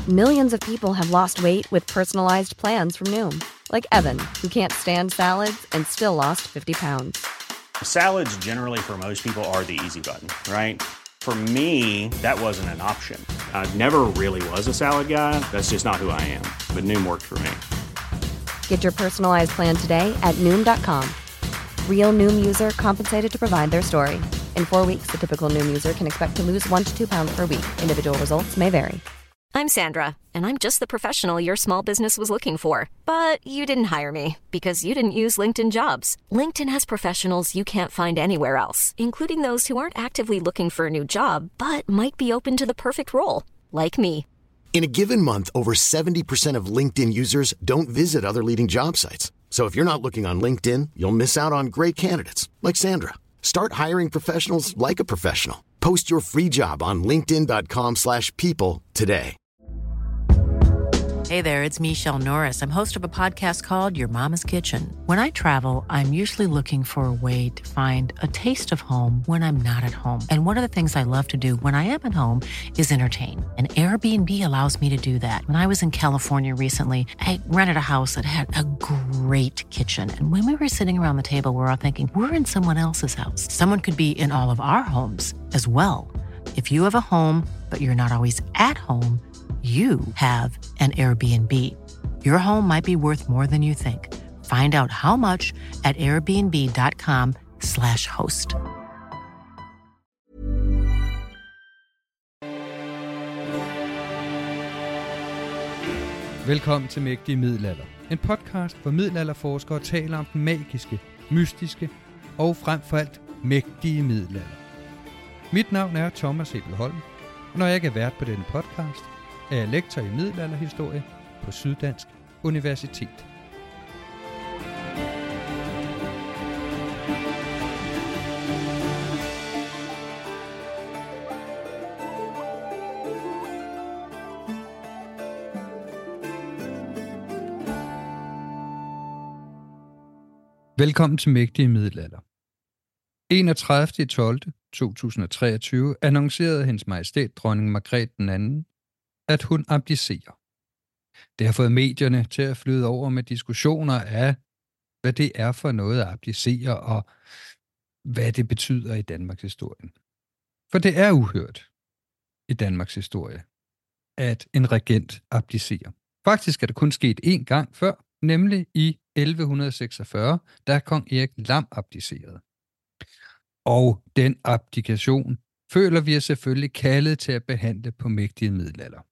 Millions of people have lost weight with personalized plans from Noom. Like Evan, who can't stand salads and still lost 50 pounds. Salads generally for most people are the easy button, right? For me, that wasn't an option. I never really was a salad guy. That's just not who I am. But Noom worked for me. Get your personalized plan today at Noom.com. Real Noom user compensated to provide their story. In 4 weeks, the typical Noom user can expect to lose 1 to 2 pounds per week. Individual results may vary. I'm Sandra, and I'm just the professional your small business was looking for. But you didn't hire me because you didn't use LinkedIn Jobs. LinkedIn has professionals you can't find anywhere else, including those who aren't actively looking for a new job, but might be open to the perfect role, like me. In a given month, over 70% of LinkedIn users don't visit other leading job sites. So if you're not looking on LinkedIn, you'll miss out on great candidates like Sandra. Start hiring professionals like a professional. Post your free job on linkedin.com/people today. Hey there, it's Michelle Norris. I'm host of a podcast called Your Mama's Kitchen. When I travel, I'm usually looking for a way to find a taste of home when I'm not at home. And one of the things I love to do when I am at home is entertain. And Airbnb allows me to do that. When I was in California recently, I rented a house that had a great kitchen. And when we were sitting around the table, we were all thinking, we're in someone else's house. Someone could be in all of our homes as well. If you have a home, but you're not always at home, you have an Airbnb. Your home might be worth more than you think. Find out how much at airbnb.com/host. Velkommen til Mægtige Middelalder. En podcast, hvor middelalderforskere taler om den magiske, mystiske og frem for alt mægtige middelalder. Mit navn er Thomas Hebelholm, og når jeg ikke er vært på denne podcast, er jeg lektor i middelalderhistorie på Syddansk Universitet. Velkommen til Mægtige Middelalder. 31.12.2023 annoncerede hendes majestæt dronning Margrethe II, at hun abdicerer. Det har fået medierne til at flyde over med diskussioner af, hvad det er for noget at abdicere, og hvad det betyder i Danmarks historie. For det er uhørt i Danmarks historie, at en regent abdicerer. Faktisk er det kun sket én gang før, nemlig i 1146, da kong Erik Lam abdicerede. Og den abdikation føler vi os selvfølgelig kaldet til at behandle på Mægtige Middelalder.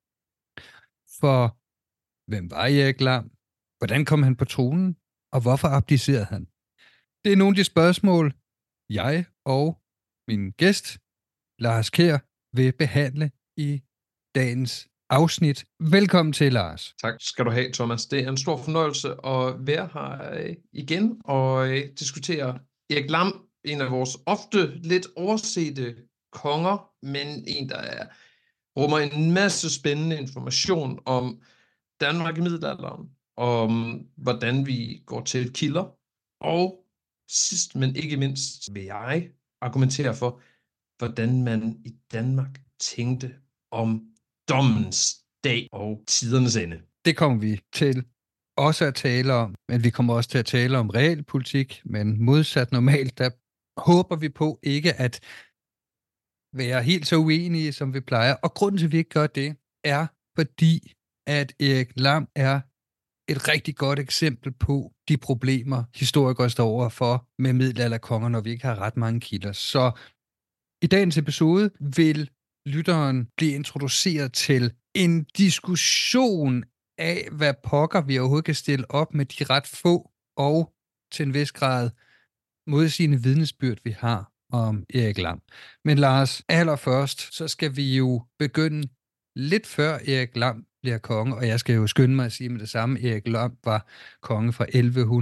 For hvem var Erik Lam? Hvordan kom han på tronen? Og hvorfor abdicerede han? Det er nogle af de spørgsmål, jeg og min gæst, Lars Kjær, vil behandle i dagens afsnit. Velkommen til, Lars. Tak skal du have, Thomas. Det er en stor fornøjelse at være her igen og diskutere Erik Lam, en af vores ofte lidt oversete konger, men en, der rummer en masse spændende information om Danmark i middelalderen, om hvordan vi går til kilder, og sidst, men ikke mindst, vil jeg argumentere for, hvordan man i Danmark tænkte om dommens dag og tidernes ende. Det kommer vi til også at tale om, men vi kommer også til at tale om realpolitik, men modsat normalt, der håber vi på ikke at være helt så uenige, som vi plejer. Og grunden til, at vi ikke gør det, er fordi, at Erik Lam er et rigtig godt eksempel på de problemer, historikere står overfor med middelalderkonger, når vi ikke har ret mange kilder. Så i dagens episode vil lytteren blive introduceret til en diskussion af, hvad pokker vi overhovedet kan stille op med de ret få og til en vis grad modsigende vidnesbyrd, vi har om Erik Lam. Men Lars, allerførst, så skal vi jo begynde lidt før Erik Lam bliver konge, og jeg skal jo skynde mig at sige med det samme, Erik Lam var konge fra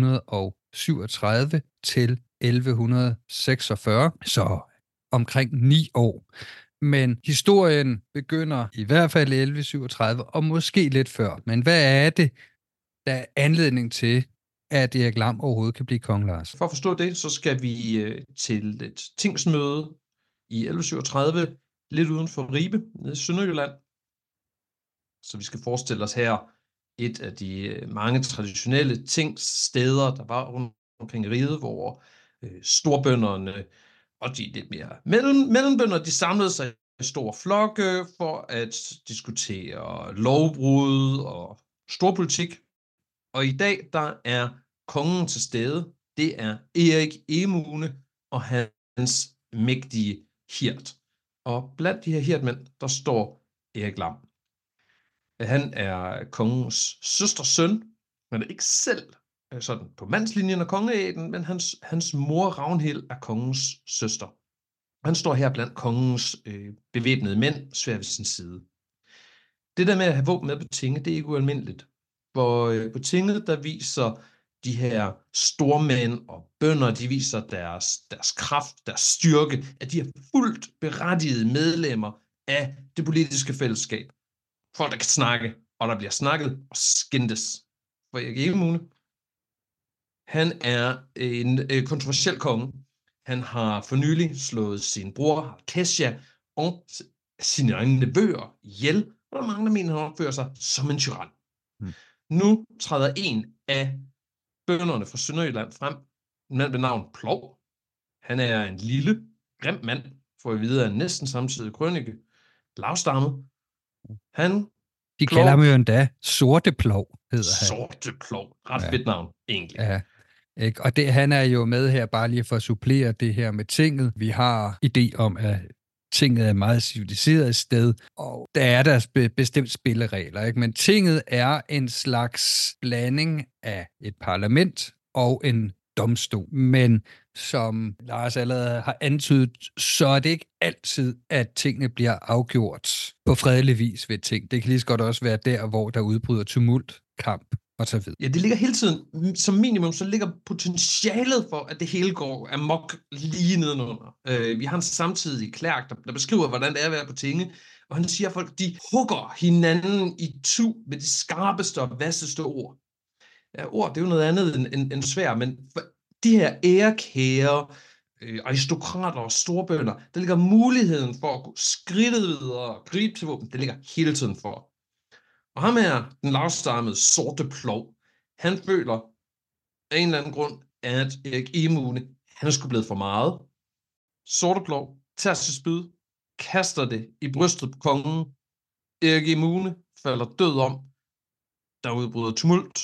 1137 til 1146, så omkring 9 år. Men historien begynder i hvert fald i 1137, og måske lidt før. Men hvad er det, der er anledning til, at Erik Lam overhovedet kan blive konge, Lars? For at forstå det, så skal vi til et tingsmøde i 1137, lidt uden for Ribe, nede i Sønderjylland. Så vi skal forestille os her et af de mange traditionelle tingssteder, der var rundt omkring riget, hvor storbønderne og de lidt mere mellembønder, de samlede sig i store flokke for at diskutere lovbrud og storpolitik. Og i dag, der er kongen til stede. Det er Erik Emune og hans mægtige hirt. Og blandt de her hirtmænd, der står Erik Lam. Han er kongens søsters søn. Han er ikke selv sådan på mandslinjen af kongeætten, men hans mor Ragnhild er kongens søster. Han står her blandt kongens bevæbnede mænd, svær ved sin side. Det der med at have våben med på tinget, det er ikke ualmindeligt. For på tinget, der viser de her stormænd og bønder, de viser deres kraft, deres styrke, at de er fuldt berettigede medlemmer af det politiske fællesskab. Folk, der kan snakke, og der bliver snakket og skændtes. For Erik Emune, han er en kontroversiel konge. Han har for nylig slået sin bror Kesha og sine egne nevøer ihjel, og der er mange, der mener, han opfører sig som en tyran. Nu træder en af bønderne fra Sønderjylland frem, en mand ved navn Plov. Han er en lille, grim mand, får vi videre en næsten samtidig krønike, lavstammet. De kalder ham jo endda Sorte Plov, hedder han. Sorte Plov. Ret fedt navn, egentlig. Ja. Ikke? Og han er jo med her, bare lige for at supplere det her med tinget. Vi har idé om, at tinget er et meget civiliseret sted, og der er der bestemt spilleregler. Ikke? Men tinget er en slags blanding af et parlament og en domstol. Men som Lars allerede har antydet, så er det ikke altid, at tingene bliver afgjort på fredelig vis ved ting. Det kan lige så godt også være der, hvor der udbryder tumult, kamp og så videre. Ja, det ligger hele tiden, som minimum, så ligger potentialet for, at det hele går amok lige nedenunder. Vi har en samtidig Klerk, der beskriver, hvordan det er at være på tinge, og han siger, at folk de hugger hinanden i tu med de skarpeste og vasseste ord. Ja, ord, det er jo noget andet end svær, men de her ærekære aristokrater og storbønder, der ligger muligheden for at gå skridtet videre og gribe til våben, det ligger hele tiden for. Og ham er den lavstammede Sorte Plov. Han føler af en eller anden grund, at Erik Emune, han er sgu blevet for meget. Sorte Plov tager sit spyd, kaster det i brystet på kongen. Erik Emune falder død om. Der udbryder tumult.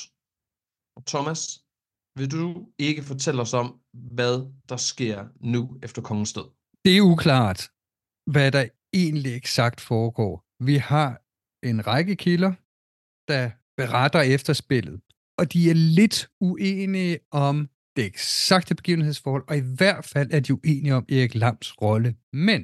Og Thomas, vil du ikke fortælle os om, hvad der sker nu efter kongens død? Det er uklart, hvad der egentlig eksakt foregår. Vi har en række kilder, der beretter efter spillet, og de er lidt uenige om det eksakte begivenhedsforhold, og i hvert fald er de uenige om Erik Lams rolle. Men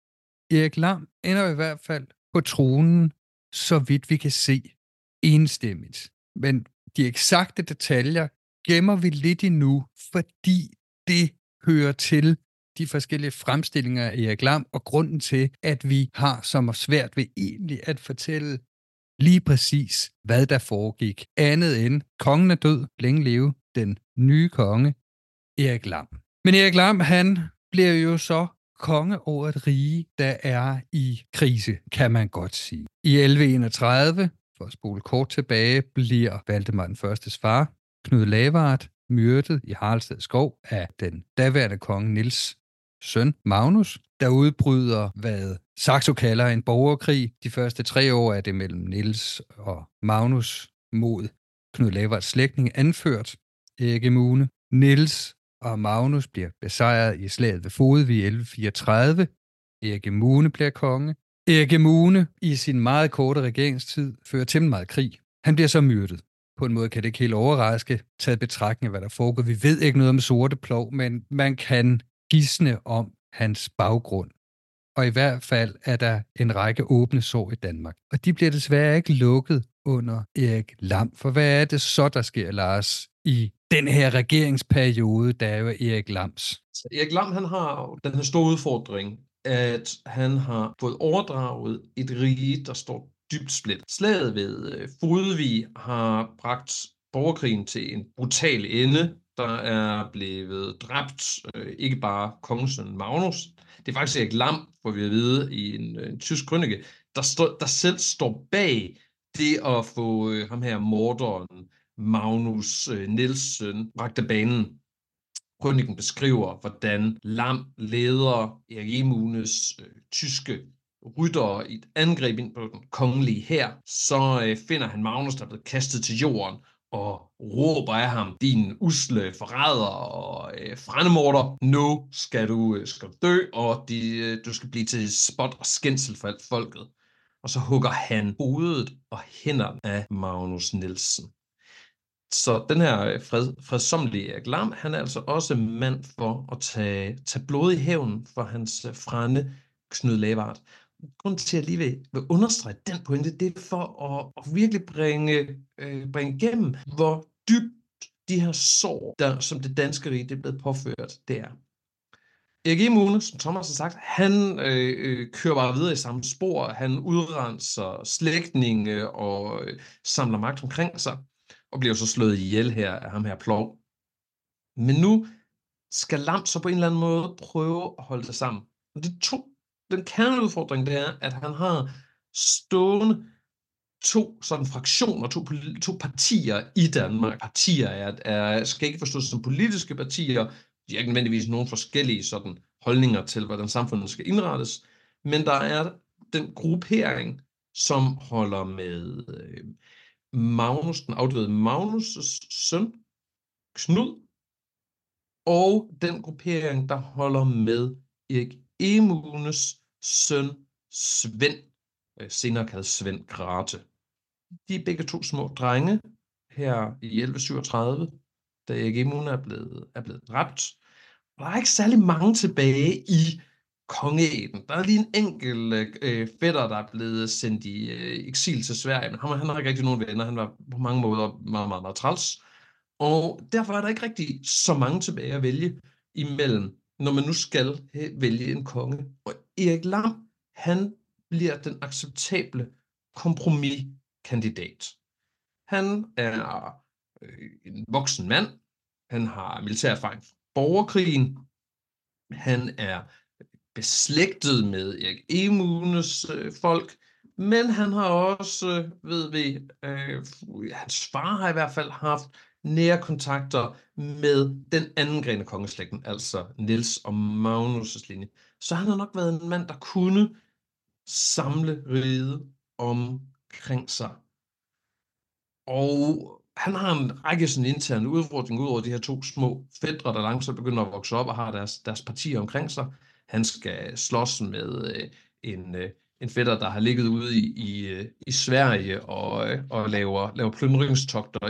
Erik Lam ender i hvert fald på tronen, så vidt vi kan se, enstemmigt. Men de eksakte detaljer gemmer vi lidt endnu, fordi det hører til de forskellige fremstillinger af Erik Lam, og grunden til, at vi har så svært ved egentlig at fortælle lige præcis, hvad der foregik. Andet end, kongen er død, længe leve den nye konge, Erik Lam. Men Erik Lam, han bliver jo så konge over et rige, der er i krise, kan man godt sige. I 1131, for at spole kort tilbage, bliver Valdemar den Førstes far, Knud Lavard, myrdet i Haraldsted Skov af den daværende konge Niels søn Magnus, der udbryder, hvad Saxo kalder en borgerkrig. De første 3 år er det mellem Niels og Magnus mod Knud Lavards slægtning, anført Erik Emune. Niels og Magnus bliver besejret i slaget ved Fodevig i 1134. Erik Emune bliver konge. Erik Emune i sin meget korte regeringstid fører temmelig meget krig. Han bliver så myrdet. På en måde kan det ikke helt overraske, taget betragtning af, hvad der foregår. Vi ved ikke noget om Sorte Plov, men man kan gisne om hans baggrund. Og i hvert fald er der en række åbne sår i Danmark. Og de bliver desværre ikke lukket under Erik Lam. For hvad er det så, der sker, Lars, i den her regeringsperiode, der er jo Erik Lams? Erik Lam, han har den her store udfordring, at han har fået overdraget et rige, der står dybt splittet. Slaget ved Fodevig har bragt borgerkrigen til en brutal ende. Der er blevet dræbt ikke bare kongen Magnus. Det er faktisk Erik Lam, får vi at vide i en tysk krønike, der selv står bag det at få ham her morderen, Magnus Nielsen, bragt af banen. Krøniken beskriver, hvordan Lam leder Erik Emunes tyske ryttere i et angreb ind på den kongelige hær. Så finder han Magnus, der er blevet kastet til jorden, og råber af ham, din usle forræder og fremmedmorder, nu skal du dø, og du skal blive til spot og skændsel for alt folket. Og så hugger han hovedet og hænderne af Magnus Nielsen. Så den her fredsommelige Erik Lam, han er altså også mand for at tage blod i hævn for hans frænde Knud Lavard. Grunden til, at jeg lige vil understrege den pointe, det er for at virkelig bringe igennem, hvor dybt de her sår, som det danske rige det er blevet påført, det er. Erik Emunes, som Thomas har sagt, han kører bare videre i samme spor. Han udrenser slægtninge og samler magt omkring sig, og bliver så slået ihjel her af ham her Plov. Men nu skal Lam så på en eller anden måde prøve at holde det sammen. Og den kerneudfordring, det er, at han har stående to sådan fraktioner, to partier i Danmark. Partier skal ikke forstås som politiske partier. De har ikke nødvendigvis nogen forskellige sådan holdninger til, hvordan samfundet skal indrettes. Men der er den gruppering, som holder med Magnus, den afdøde Magnus' søn, Knud, og den gruppering, der holder med Erik Emunes søn, Svend, senere kaldet Svend Grathe. De er begge to små drenge her i 1137, da Erik Emune er blevet dræbt. Og der er ikke særlig mange tilbage i kongeætten. Der er lige en enkelt fætter, der er blevet sendt i eksil til Sverige, men han har ikke rigtig nogen venner. Han var på mange måder meget, meget, meget træls. Og derfor er der ikke rigtig så mange tilbage at vælge imellem, når man nu skal vælge en konge. Og Erik Lam, han bliver den acceptable kompromiskandidat. Han er en voksen mand. Han har militær erfaring fra borgerkrigen. Han er beslægtet med Erik Emunes folk, men han har også, hans far har i hvert fald haft nære kontakter med den anden gren af kongeslægten, altså Niels og Magnus' linje. Så han har nok været en mand, der kunne samle riget omkring sig. Og han har en række sådan interne udfordringer ud over de her to små fætre, der langsomt begynder at vokse op og har deres partier omkring sig. Han skal slås med en fætter, der har ligget ude i Sverige og laver plyndringstogter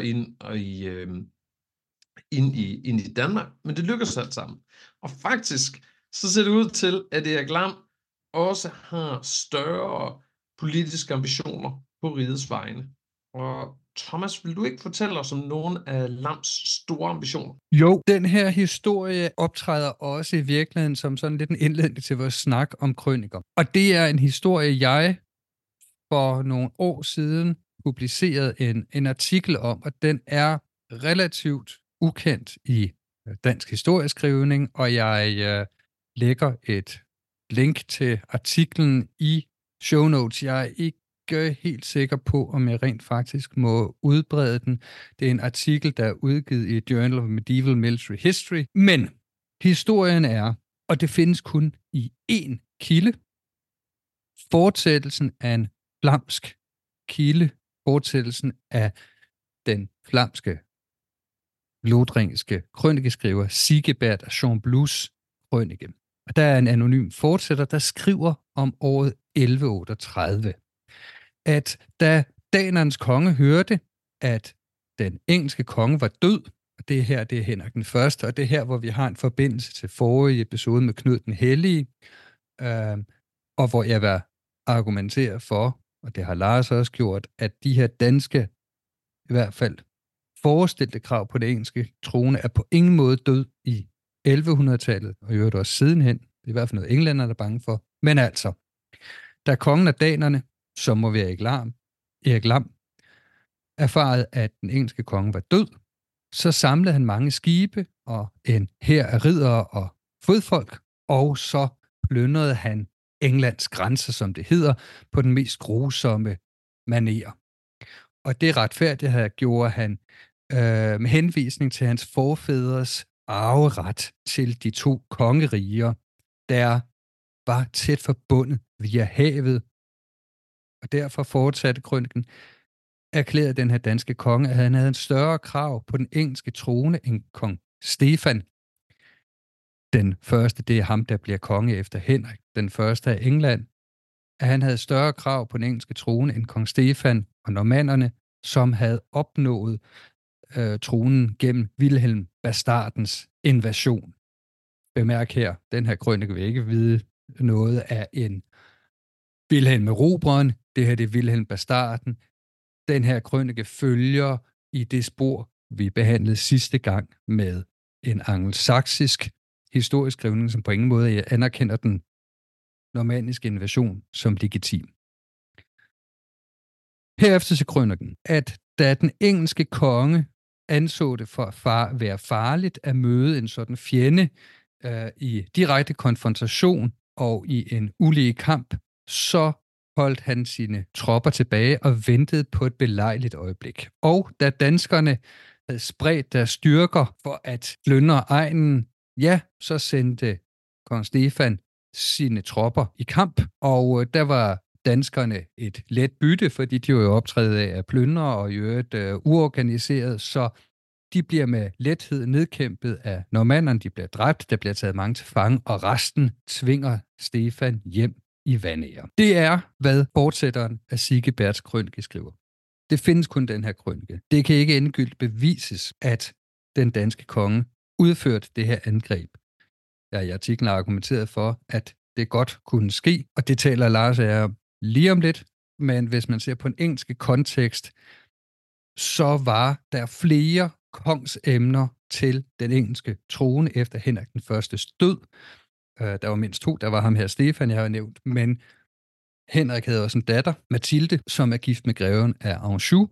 ind i Danmark. Men det lykkes alt sammen. Og faktisk så ser det ud til, at Erik Lam også har større politiske ambitioner på rigets vegne. Og Thomas, vil du ikke fortælle os om nogle af Lams store ambitioner? Jo, den her historie optræder også i virkeligheden som sådan lidt en indledning til vores snak om krøniker. Og det er en historie, jeg for nogle år siden publicerede en artikel om, og den er relativt ukendt i dansk historieskrivning, og jeg lægger et link til artiklen i show notes. Jeg er ikke helt sikker på, om jeg rent faktisk må udbrede den. Det er en artikel, der er udgivet i Journal of Medieval Military History. Men historien er, og det findes kun i én kilde, fortsættelsen af en flamsk kilde, fortsættelsen af den flamske lodringiske krønikeskriver Sigebert af Chamblus krønike. Og der er en anonym fortsætter, der skriver om året 1138, at da danernes konge hørte, at den engelske konge var død, og det her, det er Henrik den Første, og det er her, hvor vi har en forbindelse til forrige episode med Knud den Hellige, og hvor jeg vil argumentere for, og det har Lars også gjort, at de her danske, i hvert fald forestilte krav på det engelske trone, er på ingen måde død i 1100-tallet, og i øvrigt også sidenhen. Det er i hvert fald noget englænder, der er bange for. Men altså, da kongen af danerne, som må være Erik Lam, erfarede, at den engelske konge var død, så samlede han mange skibe og en hær af riddere og fodfolk, og så plyndrede han Englands grænser, som det hedder, på den mest grusomme manér. Og det retfærdighed gjorde han med henvisning til hans forfædres arveret til de 2 kongeriger, der var tæt forbundet via havet. Og derfor fortsatte krøniken, erklærede den her danske konge, at han havde en større krav på den engelske trone end kong Stefan. Den første, det er ham, der bliver konge efter Henrik, den første af England, at han havde større krav på den engelske trone end kong Stefan og normannerne, som havde opnået tronen gennem Vilhelm Bastardens invasion. Bemærk her, den her krønike vil ikke vide noget af en Vilhelm Erobreren. Det her det er Vilhelm Bastarden. Den her krønike følger i det spor, vi behandlede sidste gang med en angelsaksisk historisk skrivning, som på ingen måde anerkender den normanniske invasion som legitim. Herefter til krøniken, at da den engelske konge anså det for at være farligt at møde en sådan fjende i direkte konfrontation og i en ulige kamp, så holdt han sine tropper tilbage og ventede på et belejligt øjeblik. Og da danskerne havde spredt deres styrker for at plyndre egnen, ja, så sendte kong Stefan sine tropper i kamp, og der var danskerne et let bytte, fordi de var jo optrædet af plyndre og i øvrigt uorganiseret, så de bliver med lethed nedkæmpet af normannerne, de bliver dræbt, der bliver taget mange til fange, og resten tvinger Stefan hjem i Vanære. Det er, hvad fortsætteren af Sigebærts krønike skriver. Det findes kun den her krønike. Det kan ikke endegyldigt bevises, at den danske konge udførte det her angreb. Jeg har i artiklen argumenteret for, at det godt kunne ske, og det taler Lars og jeg lige om lidt, men hvis man ser på en engelsk kontekst, så var der flere kongsemner til den engelske trone efter Henrik den Førstes død. Der var mindst 2, der var ham her Stefan, jeg har nævnt, men Henrik havde også en datter, Mathilde, som er gift med greven af Anjou,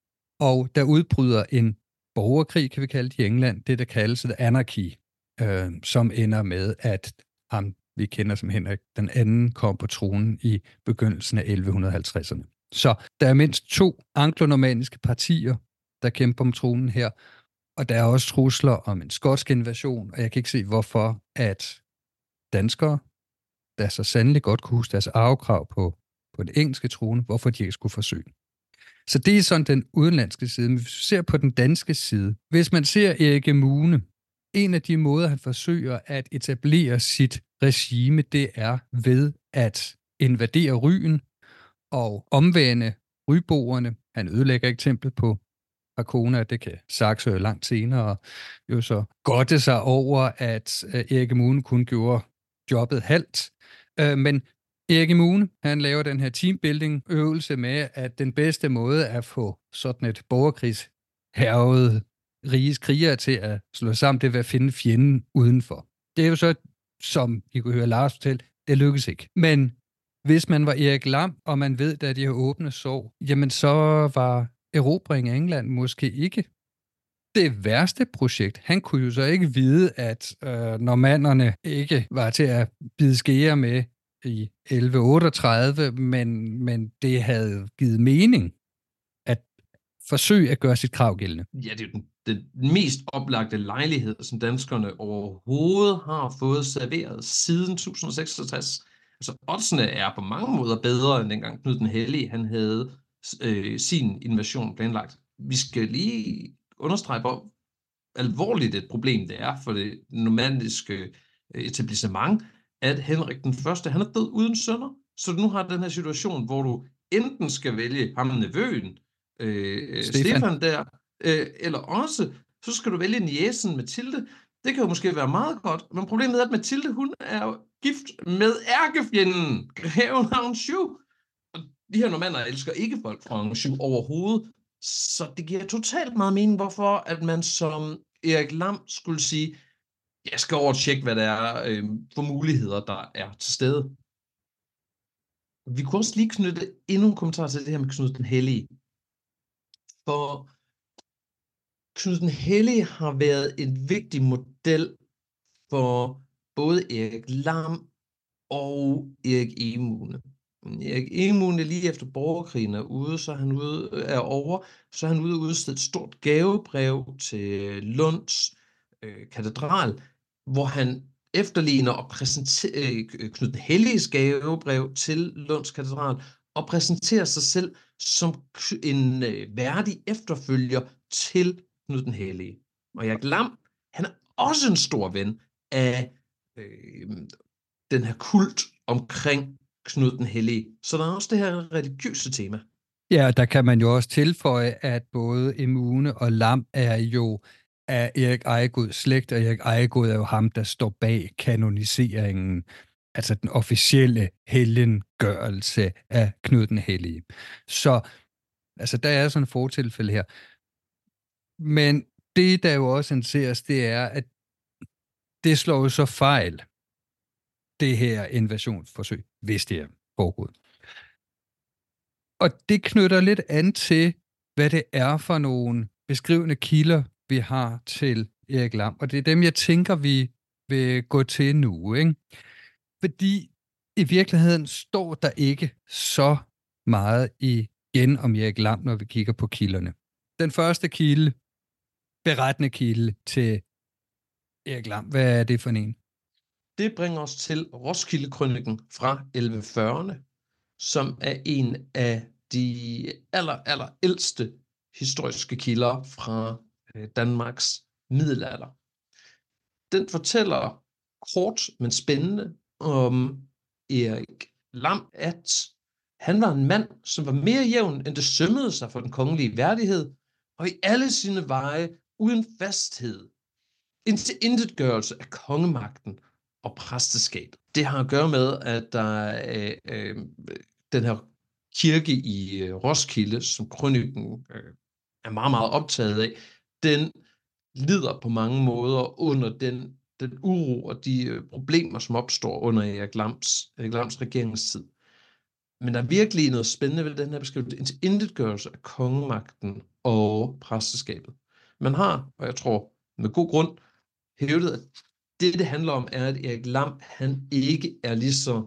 og der udbryder en borgerkrig, kan vi kalde det i England, det der kaldes et anarki, som ender med, at ham, vi kender som Henrik den anden, kom på tronen i begyndelsen af 1150'erne. Så der er mindst 2 anglonormanniske partier, der kæmper om tronen her, og der er også trusler om en skotsk invasion, og jeg kan ikke se, hvorfor at danskere, der så sandelig godt kunne huske deres arvekrav på den engelske trone, hvorfor de ikke skulle forsøge. Så det er sådan den udenlandske side. Men hvis vi ser på den danske side, hvis man ser Erik Emune, en af de måder, han forsøger at etablere sit regime, det er ved at invadere Ryen og omvende ryboerne. Han ødelægger et tempel på Arkona, det kan Saxo langt senere jo så godte sig over, at Erik Emune kun gjorde jobbet halvt. Men Erik Emune, han laver den her teambuilding-øvelse med, at den bedste måde at få sådan et borgerkrigshærget riges krigere til at slå sammen, det er at finde fjenden udenfor. Det er jo så, som I kunne høre Lars fortælle, det lykkes ikke. Men hvis man var Erik Lam, og man ved, at de har åbne sår, jamen så var erobring af England måske ikke det værste projekt. Han kunne jo så ikke vide, at normannerne ikke var til at bide skære med i 1138, men det havde givet mening at forsøge at gøre sit krav gældende. Ja, det er jo den mest oplagte lejlighed, som danskerne overhovedet har fået serveret siden 1066. Altså, oddsene er på mange måder bedre, end dengang Knud den Hellige, han havde sin invasion planlagt. Vi skal lige understrege, hvor alvorligt et problem det er for det normanniske etablissement, at Henrik den Første, han er død uden sønner, så du nu har den her situation, hvor du enten skal vælge ham nevøen, Stefan der, eller også, så skal du vælge niecen Mathilde. Det kan jo måske være meget godt, men problemet er, at Mathilde, hun er gift med ærkefjenden, greven af Anjou. Og de her normanner elsker ikke folk fra Anjou overhovedet, så det giver totalt meget mening, hvorfor at man som Erik Lam skulle sige, jeg skal over og tjekke, hvad der er for muligheder, der er til stede. Vi kunne også lige knytte endnu en kommentar til det her med Knud den Hellige. For Knud den Hellige har været en vigtig model for både Erik Lam og Erik Emune. Erik Emune lige efter borgerkrigen er ude, så er han ude og udstede et stort gavebrev til Lunds katedral, hvor han efterligner og præsenterer Knud den Helliges gavebrev til Lunds katedral, og præsenterer sig selv som en værdig efterfølger til Knud den Hellige. Og Erik Lam, han er også en stor ven af den her kult omkring Knud den Hellige. Så der er også det her religiøse tema. Ja, der kan man jo også tilføje, at både Emune og Lam er jo af Erik Ejegod slægt, og Erik Ejegod er jo ham, der står bag kanoniseringen, altså den officielle helgengørelse af Knud den Hellige. Så altså, der er sådan et fortilfælde her. Men det, der jo også anseres, det er, at det slår jo så fejl, det her invasionsforsøg, hvis det er foregået. Og det knytter lidt an til, hvad det er for nogle beskrivende kilder, vi har til Erik Lam. Og det er dem, jeg tænker, vi vil gå til nu, ikke? Fordi i virkeligheden står der ikke så meget igen om Erik Lam, når vi kigger på kilderne. Den første kilde, berettende kilde til Erik Lam, hvad er det for en? Det bringer os til Roskilde-krøniken fra 1140'erne, som er en af de aller ældste historiske kilder fra Danmarks middelalder. Den fortæller kort, men spændende om Erik Lam, at han var en mand, som var mere jævn, end det sømmede sig for den kongelige værdighed, og i alle sine veje uden fasthed, en tilintetgørelse af kongemagten og præsteskab. Det har at gøre med, at der er den her kirke i Roskilde, som krøniken er meget, meget optaget af, den lider på mange måder under den uro og de problemer, som opstår under Erik Lams regeringstid. Men der er virkelig noget spændende ved den her beskrivelse, en tilintetgørelse af kongemagten og præsteskabet. Man har, og jeg tror med god grund, hævdet, at det handler om, er, at Erik Lam, han ikke er lige så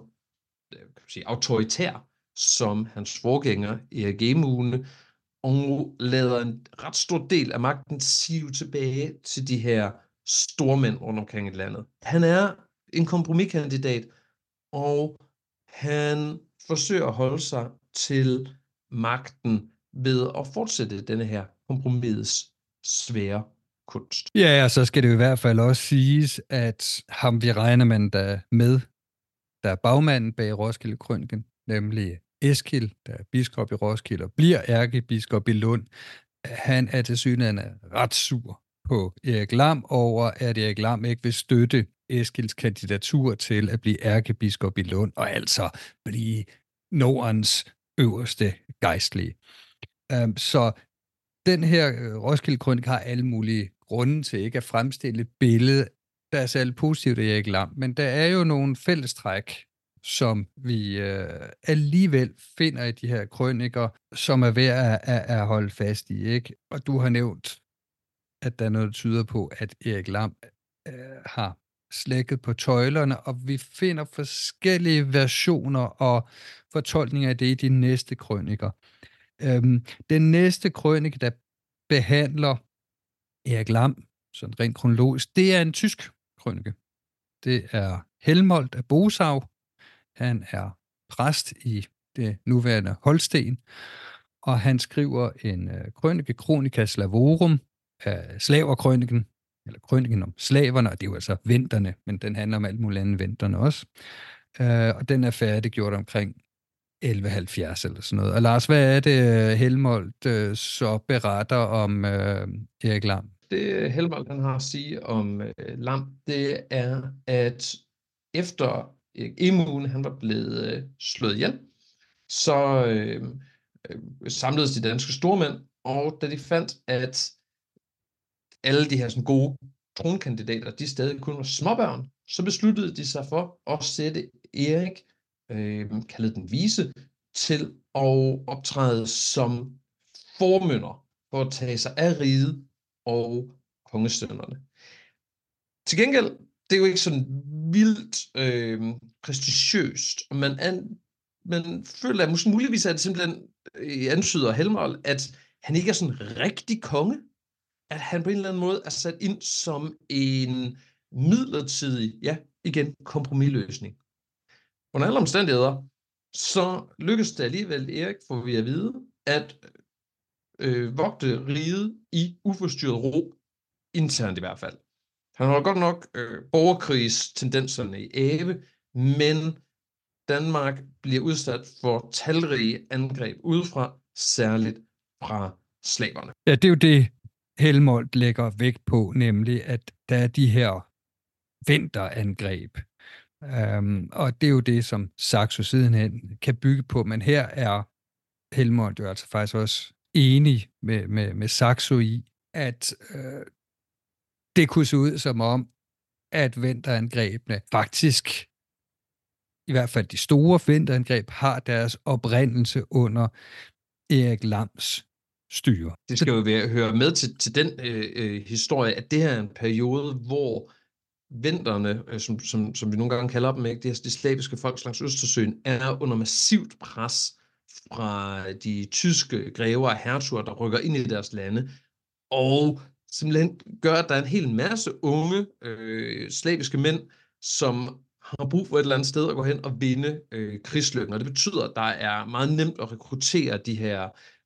autoritær som hans forgænger, Erik Emune, og lader en ret stor del af magten sive tilbage til de her stormænd rundt omkring i landet. Han er en kompromiskandidat, og han forsøger at holde sig til magten ved at fortsætte denne her kompromis svære kunst. Ja, og så skal det jo i hvert fald også siges, at ham vi regner man der med, der er bagmanden bag Roskilde-krøniken, nemlig Eskild, der er biskop i Roskilde og bliver ærkebiskop i Lund. Han er tilsyneladende ret sur på Erik Lam over, at Erik Lam ikke vil støtte Eskilds kandidatur til at blive ærkebiskop i Lund, og altså blive Nordens øverste gejstlige. Så den her Roskilde-krønik har alle mulige grunde til ikke at fremstille et billede, der er særlig positivt af Erik Lam, men der er jo nogle fællestræk, som vi alligevel finder i de her krøniker, som er værd at holde fast i, ikke? Og du har nævnt, at der er noget, der tyder på, at Erik Lam har slækket på tøjlerne, og vi finder forskellige versioner og fortolkninger af det i de næste krøniker. Den næste krønike, der behandler Erik Lam, sådan rent kronologisk, det er en tysk krønike. Det er Helmold af Bosau. Han er præst i det nuværende Holsten, og han skriver en krønike, Chronica Slavorum, af slaverkrøniken, eller krøniken om slaverne, og det er jo altså venterne, men den handler om alt muligt andet venterne også. Og den er færdiggjort omkring 1170 eller sådan noget. Og Lars, hvad er det, Helmold så beretter om Erik Lam? Det Helmold han har at sige om Lam, det er, at efter Erik Emune han var blevet slået ihjel, så samledes de danske stormænd, og da de fandt, at alle de her sådan gode tronkandidater, de stadig kun var småbørn, så besluttede de sig for at sætte Erik, kaldet den vise, til at optræde som formynder for at tage sig af riget og kongesønnerne. Til gengæld, det er jo ikke sådan vildt prestigiøst, og man men føler jeg muligvis, at det simpelthen antyder Helmold, at han ikke er sådan en rigtig konge, at han på en eller anden måde er sat ind som en midlertidig, ja, igen, kompromisløsning. Under alle omstændigheder, så lykkes det alligevel Erik, får vi at vide, at vogte riget i uforstyrret ro, internt i hvert fald. Han har godt nok borgerkrigstendenserne i ave, men Danmark bliver udsat for talrige angreb udefra, særligt fra slaverne. Ja, det er jo det, Helmold lægger vægt på, nemlig at der er de her vinterangreb. Og det er jo det, som Saxo sidenhen kan bygge på, men her er Helmold jo altså faktisk også enig med Saxo i, at det kunne se ud som om, at vinterangrebene faktisk, i hvert fald de store vinterangreb, har deres oprindelse under Erik Lams styre. Det skal jo høre med til den historie, at det her er en periode, hvor vinterne, som vi nogle gange kalder dem, ikke, de slaviske folk langs Østersøen, er under massivt pres fra de tyske grever og hertuger, der rykker ind i deres lande, og simpelthen gør, at der er en hel masse unge slaviske mænd, som har brug for et eller andet sted at gå hen og vinde krigslykken. Og det betyder, at der er meget nemt at rekruttere de her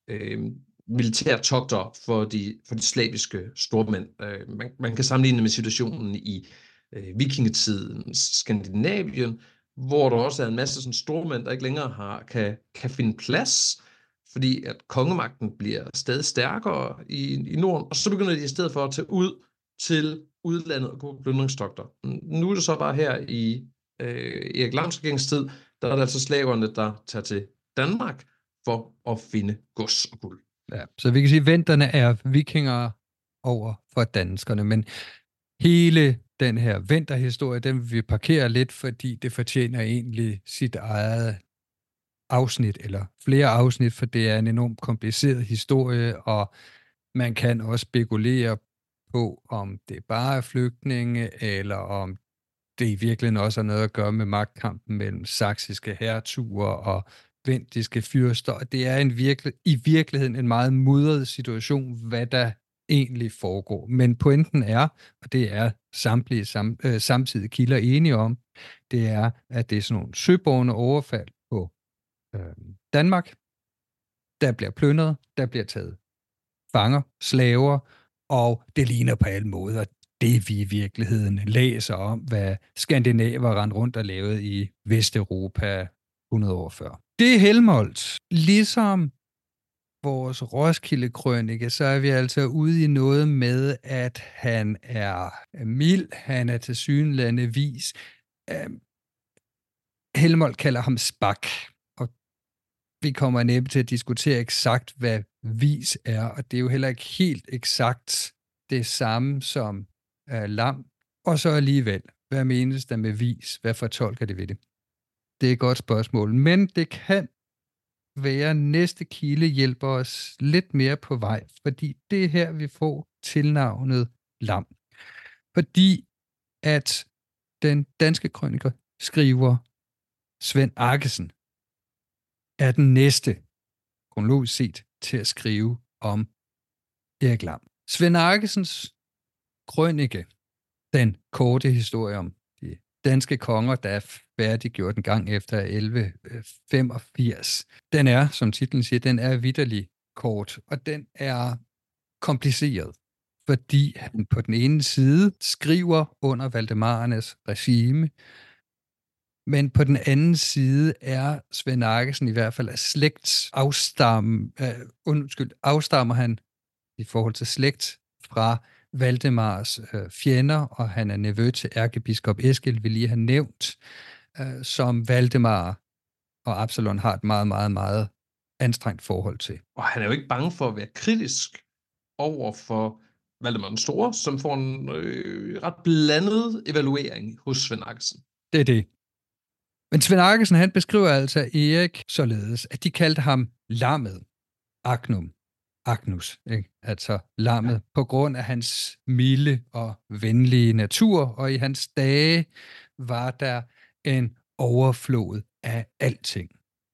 militære togter for de slaviske stormænd. Man kan sammenligne med situationen i vikingetidens Skandinavien, hvor der også er en masse sådan stormænd, der ikke længere kan finde plads, fordi at kongemagten bliver stadig stærkere i Norden, og så begynder de i stedet for at tage ud til udlandet og gå på plyndringstogter. Nu er det så bare her i Erik Lams regeringstid, der er det altså slaverne, der tager til Danmark for at finde gods og guld. Ja, så vi kan sige, at vinterne er vikinger over for danskerne, men hele den her vinterhistorie, den vil vi parkere lidt, fordi det fortjener egentlig sit eget afsnit, eller flere afsnit, for det er en enormt kompliceret historie, og man kan også spekulere på, om det bare er flygtninge, eller om det i virkeligheden også har noget at gøre med magtkampen mellem saksiske hertuger og vendiske fyrster, og det er i virkeligheden en meget mudret situation, hvad der egentlig foregår. Men pointen er, og det er samtlige samtidige kilder enige om, det er, at det er sådan nogle søbårne overfald på Danmark. Der bliver plyndret, der bliver taget fanger, slaver, og det ligner på alle måder det, vi i virkeligheden læser om, hvad skandinaver rendte rundt og lavede i Vesteuropa 100 år før. Det er Helmold. Ligesom vores Roskilde-krønike, så er vi altså ude i noget med, at han er mild, han er tilsyneladende vis. Helmold kalder ham spak, og vi kommer næppe til at diskutere eksakt, hvad vis er, og det er jo heller ikke helt eksakt det samme som Lam. Og så alligevel, hvad menes der med vis? Hvad fortolker det ved det? Det er et godt spørgsmål, men det kan være, næste kilde hjælper os lidt mere på vej, fordi det er her, vi får tilnavnet Lam. Fordi at den danske krøniker skriver, Svend Aggesen er den næste, kronologisk set, til at skrive om Erik Lam. Svend Aggesens krønike, den korte historie om de danske konger, der er færdiggjort en gang efter 1185. Den er, som titlen siger, den er vitterlig kort, og den er kompliceret, fordi han på den ene side skriver under Valdemarernes regime, men på den anden side er Svend Aggesen i hvert fald af afstammer han i forhold til slægt fra Valdemars fjender, og han er nevø til ærkebiskop Eskil, vi lige har nævnt, som Valdemar og Absalon har et meget, meget, meget anstrengt forhold til. Og han er jo ikke bange for at være kritisk over for Valdemar den Store, som får en ret blandet evaluering hos Svend Aggesen. Det er det. Men Svend Aggesen, han beskriver altså Erik således, at de kaldte ham lammet, Agnus, ikke? Altså lammet, på grund af hans milde og venlige natur, og i hans dage var der en overflod af alting.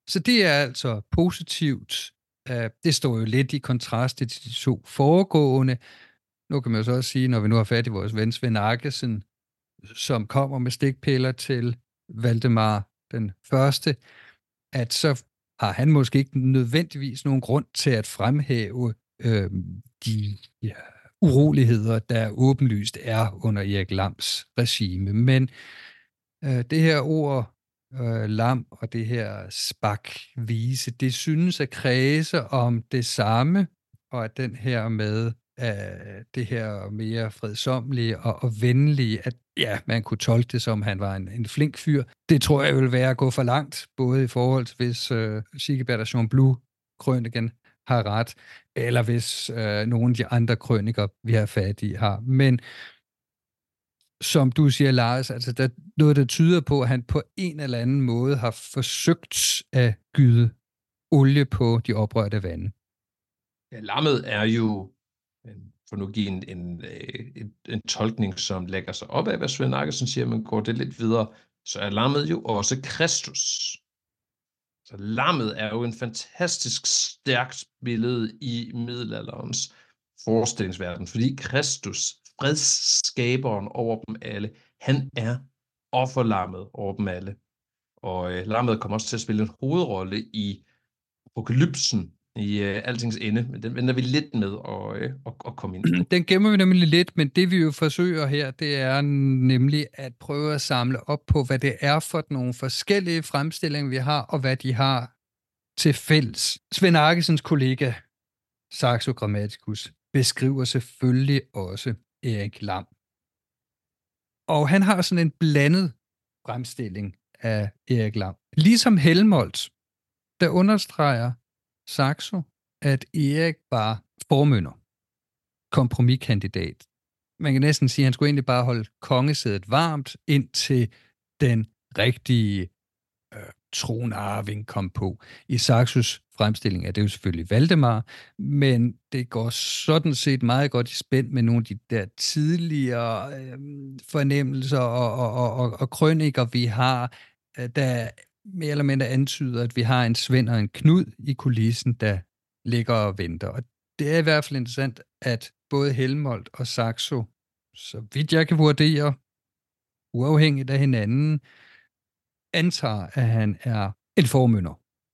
Så det er altså positivt. Det står jo lidt i kontrast til de to foregående. Nu kan man jo så også sige, når vi nu har fat i vores ven Svend Aggesen, som kommer med stikpiller til Valdemar den første, at så har han måske ikke nødvendigvis nogen grund til at fremhæve de uroligheder, der åbenlyst er under Erik Lams regime. Men det her ord lam og det her spakvise, det synes at kredse om det samme, og at den her med det her mere fredsommelige og venlige, at ja, man kunne tolke det som, han var en flink fyr. Det tror jeg vil være at gå for langt, både i forhold til, hvis Sigebert og Jean Blou-krøniken har ret, eller hvis nogle af de andre krøniker, vi har fat i, har. Men som du siger, Lars, altså der er noget, der tyder på, at han på en eller anden måde har forsøgt at gyde olie på de oprørte vande. Ja, lammet er jo, for nu at give en tolkning, som lægger sig op af, hvad Svend Aggesen siger, men går det lidt videre, så er lammet jo også Kristus. Så lammet er jo en fantastisk stærkt billede i middelalderens forestillingsverden, fordi Kristus, fredsskaberen over dem alle, han er offerlammet over dem alle. Og lammet kommer også til at spille en hovedrolle i apokalypsen, i altings ende, men den vender vi lidt med at komme ind på. Den gemmer vi nemlig lidt, men det vi jo forsøger her, det er nemlig at prøve at samle op på, hvad det er for nogle forskellige fremstillinger, vi har, og hvad de har til fælles. Svend Aggesens kollega, Saxo Grammaticus, beskriver selvfølgelig også Erik Lam. Og han har sådan en blandet fremstilling af Erik Lam. Ligesom Helmholtz, der understreger Saxo, at Erik var formynder, kompromiskandidat. Man kan næsten sige, at han skulle egentlig bare holde kongesædet varmt, indtil den rigtige tronarving kom på. I Saxos fremstilling er det jo selvfølgelig Valdemar, men det går sådan set meget godt i spænd med nogle af de der tidligere fornemmelser og krøniker, vi har, der mere eller mindre antyder, at vi har en Svend og en Knud i kulissen, der ligger og venter. Og det er i hvert fald interessant, at både Helmholtz og Saxo, så vidt jeg kan vurdere, uafhængigt af hinanden, antager, at han er en formynder.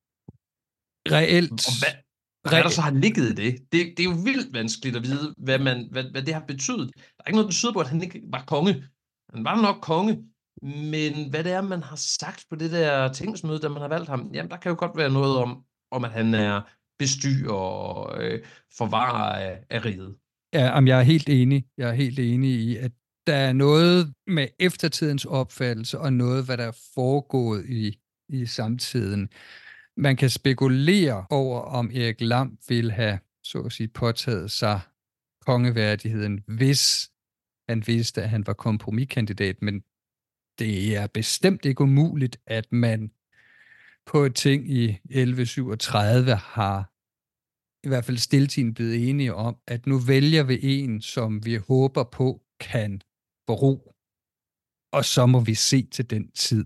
Reelt. Og hvad der så har ligget i det? Det er jo vildt vanskeligt at vide, hvad det har betydet. Der er ikke noget, der tyder på, at han ikke var konge. Han var nok konge, men hvad det er, man har sagt på det der tingsmøde, da man har valgt ham, jamen der kan jo godt være noget om at han er bestyrer og forvarer af riget. Ja, jamen, jeg er helt enig. Jeg er helt enig i, at der er noget med eftertidens opfattelse, og noget, hvad der er foregået i samtiden. Man kan spekulere over, om Erik Lam ville have, så at sige, påtaget sig kongeværdigheden, hvis han vidste, at han var kompromiskandidat, men det er bestemt ikke umuligt, at man på et ting i 1137 har i hvert fald stiltiden blevet enige om, at nu vælger vi en, som vi håber på kan få ro, og så må vi se til den tid.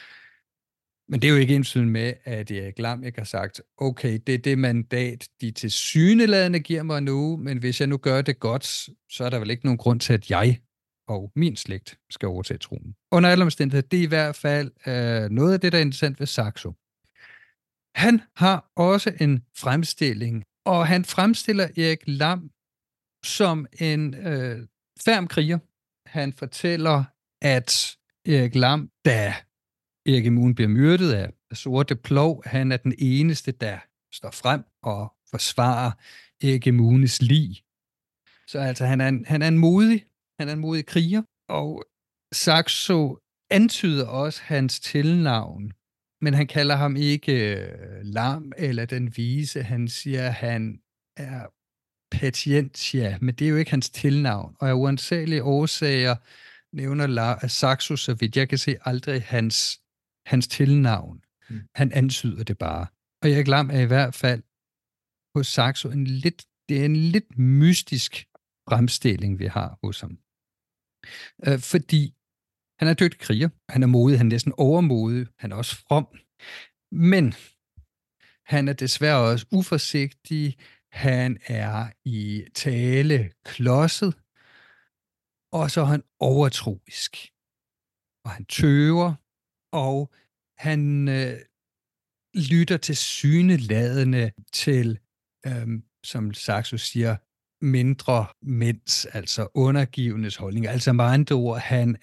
Men det er jo ikke ensbetydende med, at Erik Lam ikke har sagt, okay, det er det mandat, de tilsyneladende giver mig nu, men hvis jeg nu gør det godt, så er der vel ikke nogen grund til, at jeg og min slægt skal overtage tronen. Under alle omstændigheder, det er i hvert fald noget af det, der er interessant ved Saxo. Han har også en fremstilling, og han fremstiller Erik Lam som en ferm kriger. Han fortæller, at Erik Lam, da Erik Immun bliver myrdet af Sorte Plov, han er den eneste, der står frem og forsvarer Erik Immunes lig. Så altså, han er en modig kriger, og Saxo antyder også hans tilnavn, men han kalder ham ikke Lam eller den vise. Han siger, at han er Patientia, men det er jo ikke hans tilnavn, og af uansagelige årsager nævner Saxo, så vidt jeg kan se, aldrig hans tilnavn. Han antyder det bare. Og Erik Lam er i hvert fald hos Saxo det er en lidt mystisk fremstilling, vi har hos ham. Fordi han er dygtig kriger, han er modig, han er næsten overmodig, han er også from. Men Han er desværre også uforsigtig. Han er i tale klodset. Og så er han overtroisk. Og han tøver. Og han lytter til syneladende til, som Saxo siger, mindre mænds, altså undergivendes holdning. Altså med andre ord, han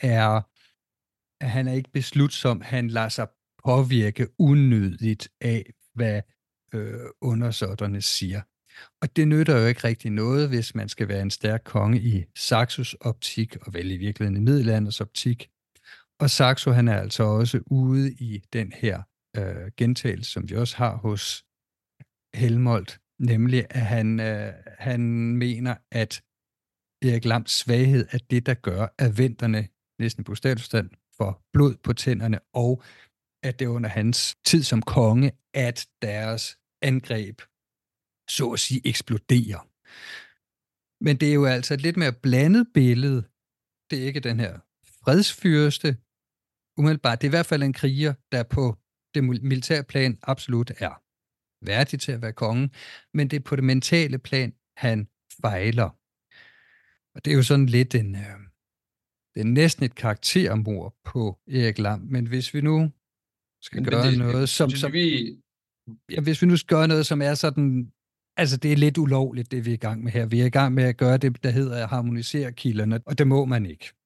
er ikke beslutsom, han lader sig påvirke unødigt af, hvad undersåtterne siger. Og det nytter jo ikke rigtig noget, hvis man skal være en stærk konge i Saxos optik, og vel i virkeligheden i middelalderens optik. Og Saxo, han er altså også ude i den her gentagelse, som vi også har hos Helmolt, nemlig at han mener, at Erik Lams svaghed er det, der gør, at venterne næsten på statsforstand får blod på tænderne, og at det er under hans tid som konge, at deres angreb, så at sige, eksploderer. Men det er jo altså et lidt mere blandet billede. Det er ikke den her fredsfyrste, umiddelbart. Det er i hvert fald en kriger, der på det militære plan absolut er værdig til at være konge, men det er på det mentale plan, han fejler. Og det er jo sådan lidt det er næsten et karaktermord på Erik Lam, men hvis vi nu skal gøre noget, hvis vi nu skal gøre noget, som er sådan, altså det er lidt ulovligt, det vi er i gang med her. Vi er i gang med at gøre det, der hedder at harmonisere kilderne, og det må man ikke.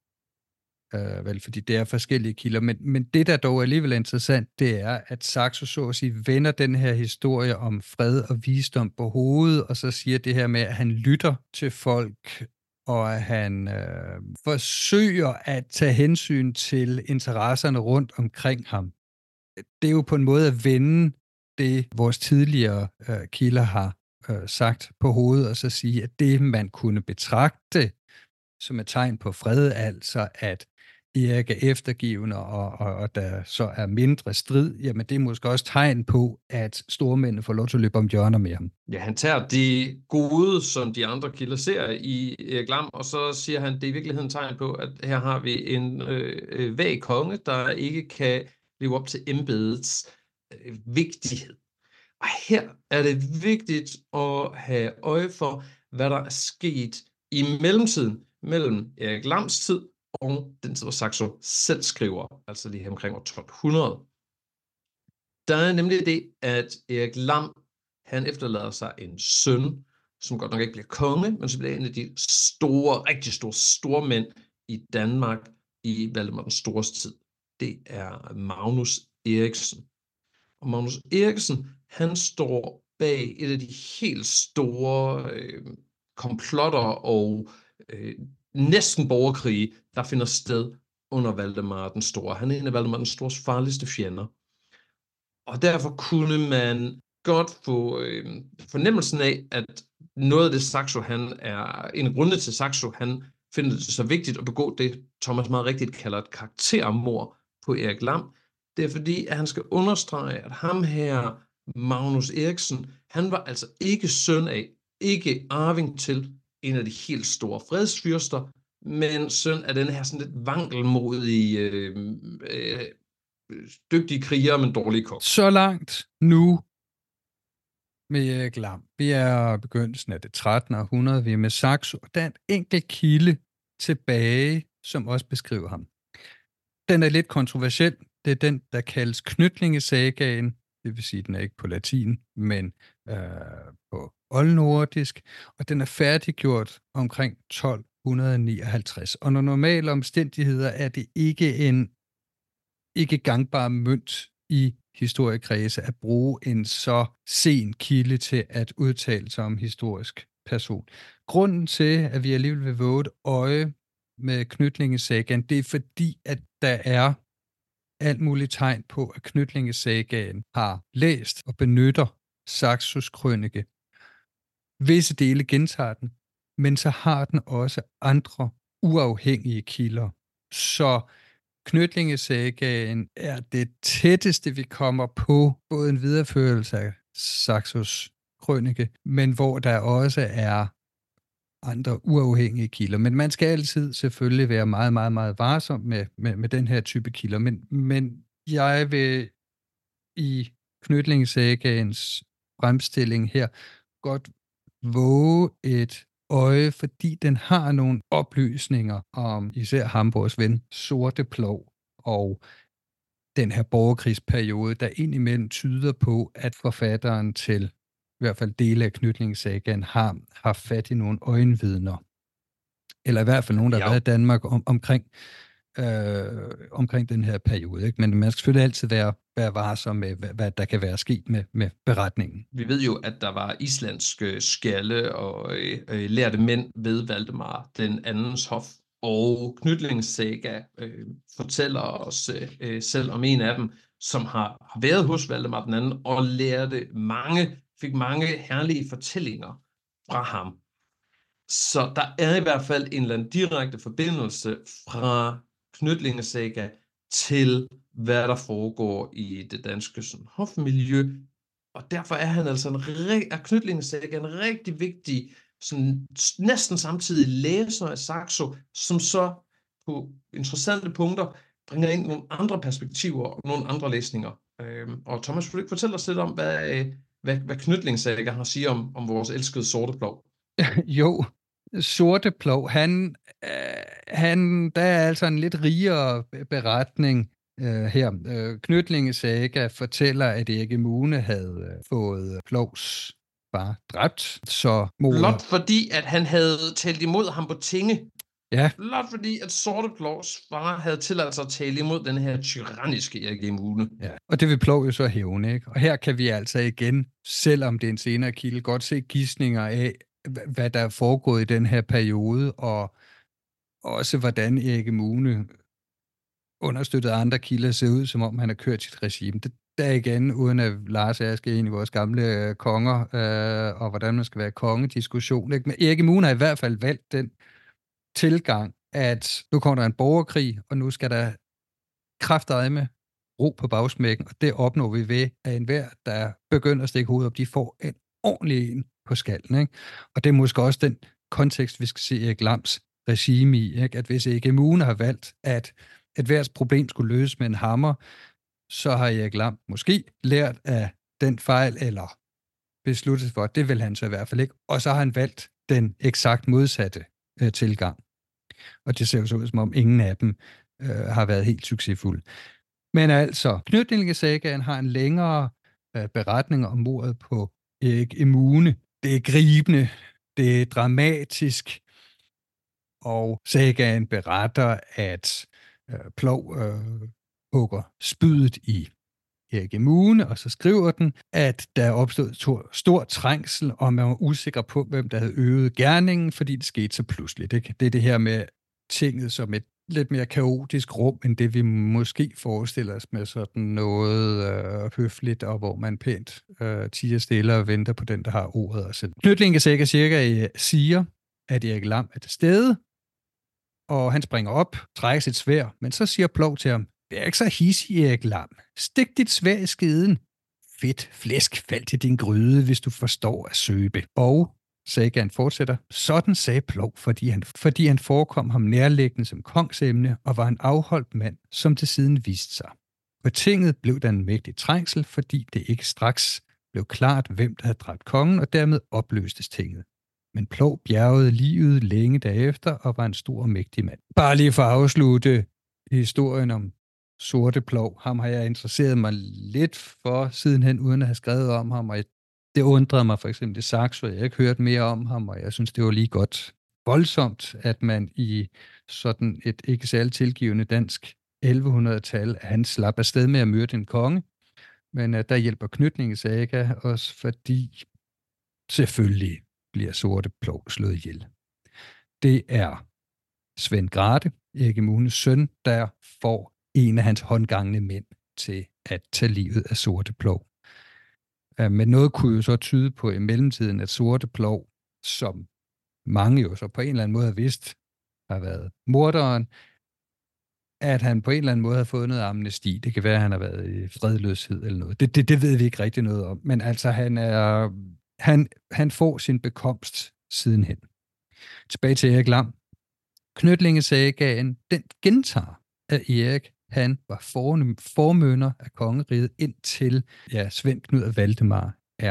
Vel, fordi det er forskellige kilder, men det, der dog alligevel er interessant, det er, at Saxo så at sige vender den her historie om fred og visdom på hovedet, og så siger det her med, at han lytter til folk, og at han forsøger at tage hensyn til interesserne rundt omkring ham. Det er jo på en måde at vende det, vores tidligere kilder har sagt på hovedet, og så sige, at det, man kunne betragte som et tegn på fred, altså at Erik er eftergivende, og der så er mindre strid, jamen det er måske også tegn på, at stormændene får lov til at løbe om hjørner med ham. Ja, han tager det gode, som de andre kilder ser i Erik Lam, og så siger han, det er i virkeligheden tegn på, at her har vi en vag konge, der ikke kan leve op til embedets vigtighed. Og her er det vigtigt at have øje for, hvad der er sket i mellemtiden, mellem Erik Lams tid og den tid, hvor Saxo selv skriver, altså lige omkring år 1200. Der er nemlig det, at Erik Lam, han efterlader sig en søn, som godt nok ikke bliver konge, men som bliver en af de store, rigtig store mænd i Danmark i Valdemar den Stores tid. Det er Magnus Eriksen. Og Magnus Eriksen, han står bag et af de helt store komplotter og næsten borgerkrige, der finder sted under Valdemar den Store. Han er en af Valdemar den Stores farligste fjender. Og derfor kunne man godt få fornemmelsen af, at noget af det Saxo, han er en af grundene til Saxo, han finder det så vigtigt at begå det, Thomas meget rigtigt kalder et karaktermord på Erik Lam. Det er fordi, at han skal understrege, at ham her, Magnus Eriksen, han var altså ikke søn af, ikke arving til en af de helt store fredsfyrster, men søn af den her sådan lidt vankelmodige, dygtige kriger, men dårlige kok. Så langt nu med Erik Lam. Vi er begyndelsen af det 13. århundrede, vi er med Saxo, og der er en enkelt kilde tilbage, som også beskriver ham. Den er lidt kontroversiel. Det er den, der kaldes Knytlingesagaen. Det vil sige, den er ikke på latin, men på oldnordisk, og den er færdiggjort omkring 1259. Og under normale omstændigheder er det ikke gangbar mønt i historiekredse at bruge en så sen kilde til at udtale sig om historisk person. Grunden til, at vi alligevel vil våge et øje med Knytlingesagaen, det er fordi, at der er alt muligt tegn på, at Knytlingesagaen har læst og benytter Saxos krønike. Visse dele gentager den, men så har den også andre uafhængige kilder. Så Knytlingesagaen er det tætteste, vi kommer på både en videreførelse af Saxos krønike, men hvor der også er andre uafhængige kilder. Men man skal altid selvfølgelig være meget, meget, meget varsom med den her type kilder. Men jeg vil i Knytlingesagaens fremstilling her godt våge et øje, fordi den har nogle oplysninger om især Hamburgs ven Sorte Plov og den her borgerkrigsperiode, der indimellem tyder på, at forfatteren til i hvert fald dele af Knytlingesagaen har fat i nogle øjenvidner. Eller i hvert fald nogen, der har været i Danmark omkring den her periode. Ikke? Men man skal selvfølgelig altid være varsom med, hvad der kan være sket med beretningen. Vi ved jo, at der var islandske skjalde og lærte mænd ved Valdemar den andens hof. Og Knytlingesaga fortæller os selv om en af dem, som har været hos Valdemar den anden og fik mange herlige fortællinger fra ham. Så der er i hvert fald en eller anden direkte forbindelse fra Knytlingesaga til, hvad der foregår i det danske hofmiljø. Og derfor er han altså Knytlingesaga en rigtig vigtig, sådan, næsten samtidig læser af Saxo, som så på interessante punkter bringer ind nogle andre perspektiver og nogle andre læsninger. Og Thomas, vil du ikke fortælle os lidt om, hvad Knytlingesaga har at sige om vores elskede Sorte Plov? Jo, Sorte Plov, der er altså en lidt rigere beretning her. Knytlingesaga fortæller, at Erik Mune havde fået Plovs far dræbt, så blot fordi, at han havde talt imod ham på tinge. Ja. Blot fordi, at Sorte Plovs far havde tilladt sig at tale imod den her tyranniske Erik Mune. Ja, og det vil Plov jo så hævne, ikke? Og her kan vi altså igen, selvom det er en senere kilde, godt se gidsninger af, hvad der er foregået i den her periode, og også hvordan Erik Mune understøttede andre kilder ser ud, som om han har kørt sit regime. Det der igen, uden at Lars og jeg skal ind i vores gamle konger, og hvordan man skal være kongediskussion. Ikke? Men Erik Mune har i hvert fald valgt den tilgang, at nu kommer der en borgerkrig, og nu skal der kraftedeme ro på bagsmækken, og det opnår vi ved, at enhver, der begynder at stikke hovedet op, de får en ordentlig en på skallen. Ikke? Og det er måske også den kontekst, vi skal se Erik Lams regime i, ikke? At hvis Erik Mune har valgt, at hvert problem skulle løses med en hammer, så har Erik Lam måske lært af den fejl, eller besluttet for, at det vil han så i hvert fald ikke. Og så har han valgt den eksakt modsatte tilgang. Og det ser jo så ud, som om ingen af dem har været helt succesfulde. Men altså, Knytlingesagaen har en længere beretning om mordet på Erik Mune. Det er gribende, det er dramatisk, og sagaen beretter, at Plov hugger spydet i Erik Mune, og så skriver den, at der opstod stor trængsel, og man var usikker på, hvem der havde øvet gerningen, fordi det skete så pludseligt. Ikke? Det er det her med tinget som et lidt mere kaotisk rum, end det vi måske forestiller os med sådan noget høfligt, og hvor man pænt tiger stille og venter på den, der har ordet. Og så Knytlingesaga siger, at Erik Lam er til stede, og han springer op, trækker sit sværd, men så siger Plov til ham, "Vær ikke så hissig, Erik Lam. Stik dit sværd i skeden. Fedt flæsk fald til din gryde, hvis du forstår at søbe." Og sagaen fortsætter. Sådan sagde Plov, fordi han forekom ham nærliggende som kongsemne og var en afholdt mand, som til siden viste sig. På tinget blev der en mægtig trængsel, fordi det ikke straks blev klart, hvem der havde dræbt kongen, og dermed opløstes tinget. Men Plov bjergede livet længe derefter og var en stor og mægtig mand. Bare lige for at afslutte historien om Sorte Plov. Ham har jeg interesseret mig lidt for sidenhen, uden at have skrevet om ham, og det undrede mig for eksempel i Saxo, jeg har ikke hørt mere om ham, og jeg synes, det var lige godt voldsomt, at man i sådan et ikke særligt tilgivende dansk 1100-tal, at han slap afsted med at myrde en konge, men der hjælper Knytlingesaga også, fordi selvfølgelig bliver Sorte Plov slået ihjel. Det er Svend Grathe, Erik Munes søn, der får en af hans håndgangne mænd til at tage livet af Sorte Plov. Men noget kunne jo så tyde på i mellemtiden, at Sorte Plov, som mange jo så på en eller anden måde har vidst, har været morderen, at han på en eller anden måde har fået noget amnesti. Det kan være, at han har været i fredløshed eller noget. Det ved vi ikke rigtig noget om. Men altså, han får sin bekomst sidenhen. Tilbage til Erik Lam. Knytlingesagaen, den gentager, at Erik, han var formynder af kongeriget indtil Svend Knud af Valdemar er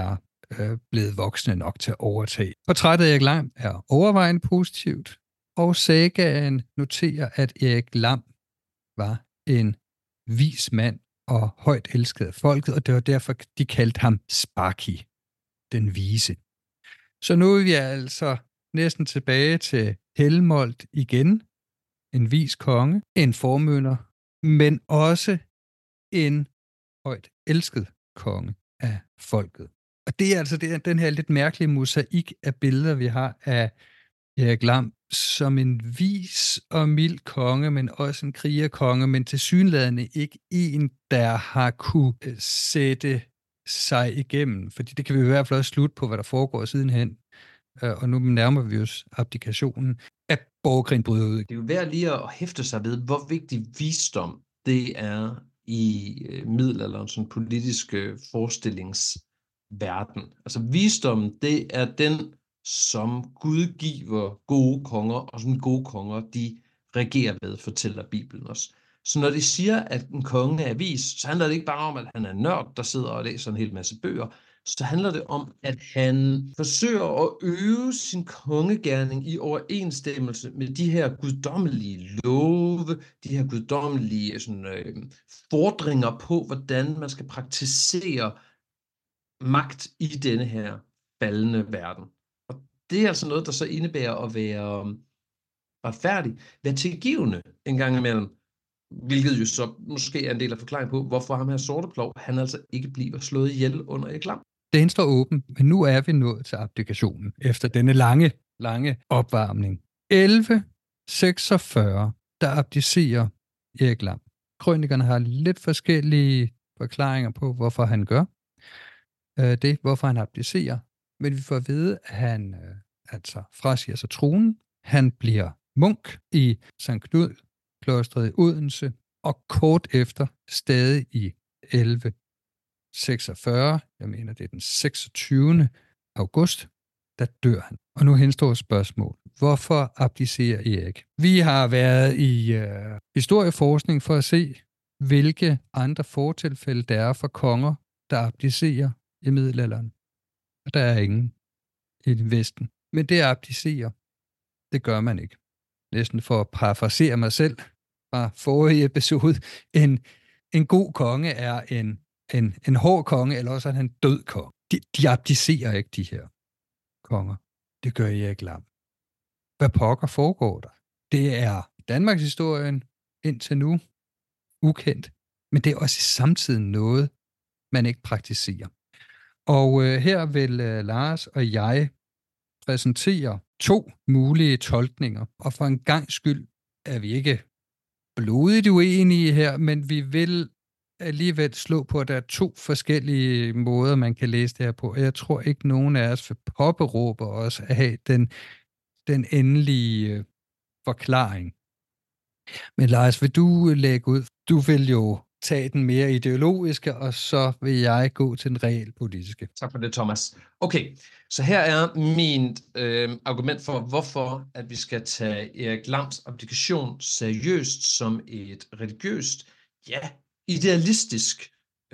blevet voksne nok til at overtage. Portrættet af Erik Lam er overvejende positivt, og sagaen noterer, at Erik Lam var en vis mand og højt elsket af folket, og det var derfor, de kaldte ham Sparky, den vise. Så nu er vi altså næsten tilbage til Helmolt igen, en vis konge, en formynder, men også en højt elsket konge af folket. Og det er altså den her lidt mærkelige mosaik af billeder, vi har af Erik Lam som en vis og mild konge, men også en krigerkonge, men tilsyneladende ikke en, der har kunne sætte sig igennem. Fordi det kan vi i hvert fald også slutte på, hvad der foregår sidenhen. Og nu nærmer vi os abdikationen, at borgerkrigen bryder ud. Det er jo værd lige at hæfte sig ved, hvor vigtig visdom det er i middelalderens sådan politiske forestillingsverden. Altså visdommen, det er den, som Gud giver gode konger, og sådan gode konger, de regerer ved, fortæller Bibelen os. Så når de siger, at en konge er vis, så handler det ikke bare om, at han er nørd, der sidder og læser en hel masse bøger. Så handler det om, at han forsøger at øve sin kongegerning i overensstemmelse med de her guddommelige love, de her guddommelige fordringer på, hvordan man skal praktisere magt i denne her faldende verden. Og det er altså noget, der så indebærer at være retfærdig, være tilgivende en gang imellem, hvilket jo så måske er en del af forklaringen på, hvorfor ham her Sorteplov, han altså ikke bliver slået ihjel under Erik Lam. Den står åben, men nu er vi nået til abdikationen, efter denne lange opvarmning. 1146, der abdicerer Erik Lam. Krønikerne har lidt forskellige forklaringer på, hvorfor han gør det, hvorfor han abdicerer, men vi får at vide, at han altså frasiger sig tronen. Han bliver munk i St. Knud klostret i Odense, og kort efter, stadig i 1146, jeg mener det er den 26. august, der dør han. Og nu henstår spørgsmål. Hvorfor abdicerer Erik? Vi har været i historieforskning for at se, hvilke andre fortilfælde der er for konger, der abdicerer i middelalderen. Og der er ingen i Vesten. Men det abdicerer, det gør man ikke. Næsten for at parafrasere mig selv fra forrige episode, en god konge er en hård konge, eller også er han en død konge. De abdicerer ikke, de her konger. Det gør Erik Lam. Hvad pokker foregår der? Det er Danmarks historien indtil nu ukendt, men det er også i samtiden noget, man ikke praktiserer. Og her vil Lars og jeg præsentere 2 mulige tolkninger, og for en gang skyld er vi ikke blodigt uenige her, men vi vil alligevel slå på, at der er 2 forskellige måder, man kan læse det her på. Jeg tror ikke, nogen af os vil påberåbe os at have den endelige forklaring. Men Lars, vil du lægge ud? Du vil jo tage den mere ideologiske, og så vil jeg gå til den realpolitiske. Tak for det, Thomas. Okay, så her er min argument for, hvorfor at vi skal tage Erik Lams abdikation seriøst som et religiøst, idealistisk,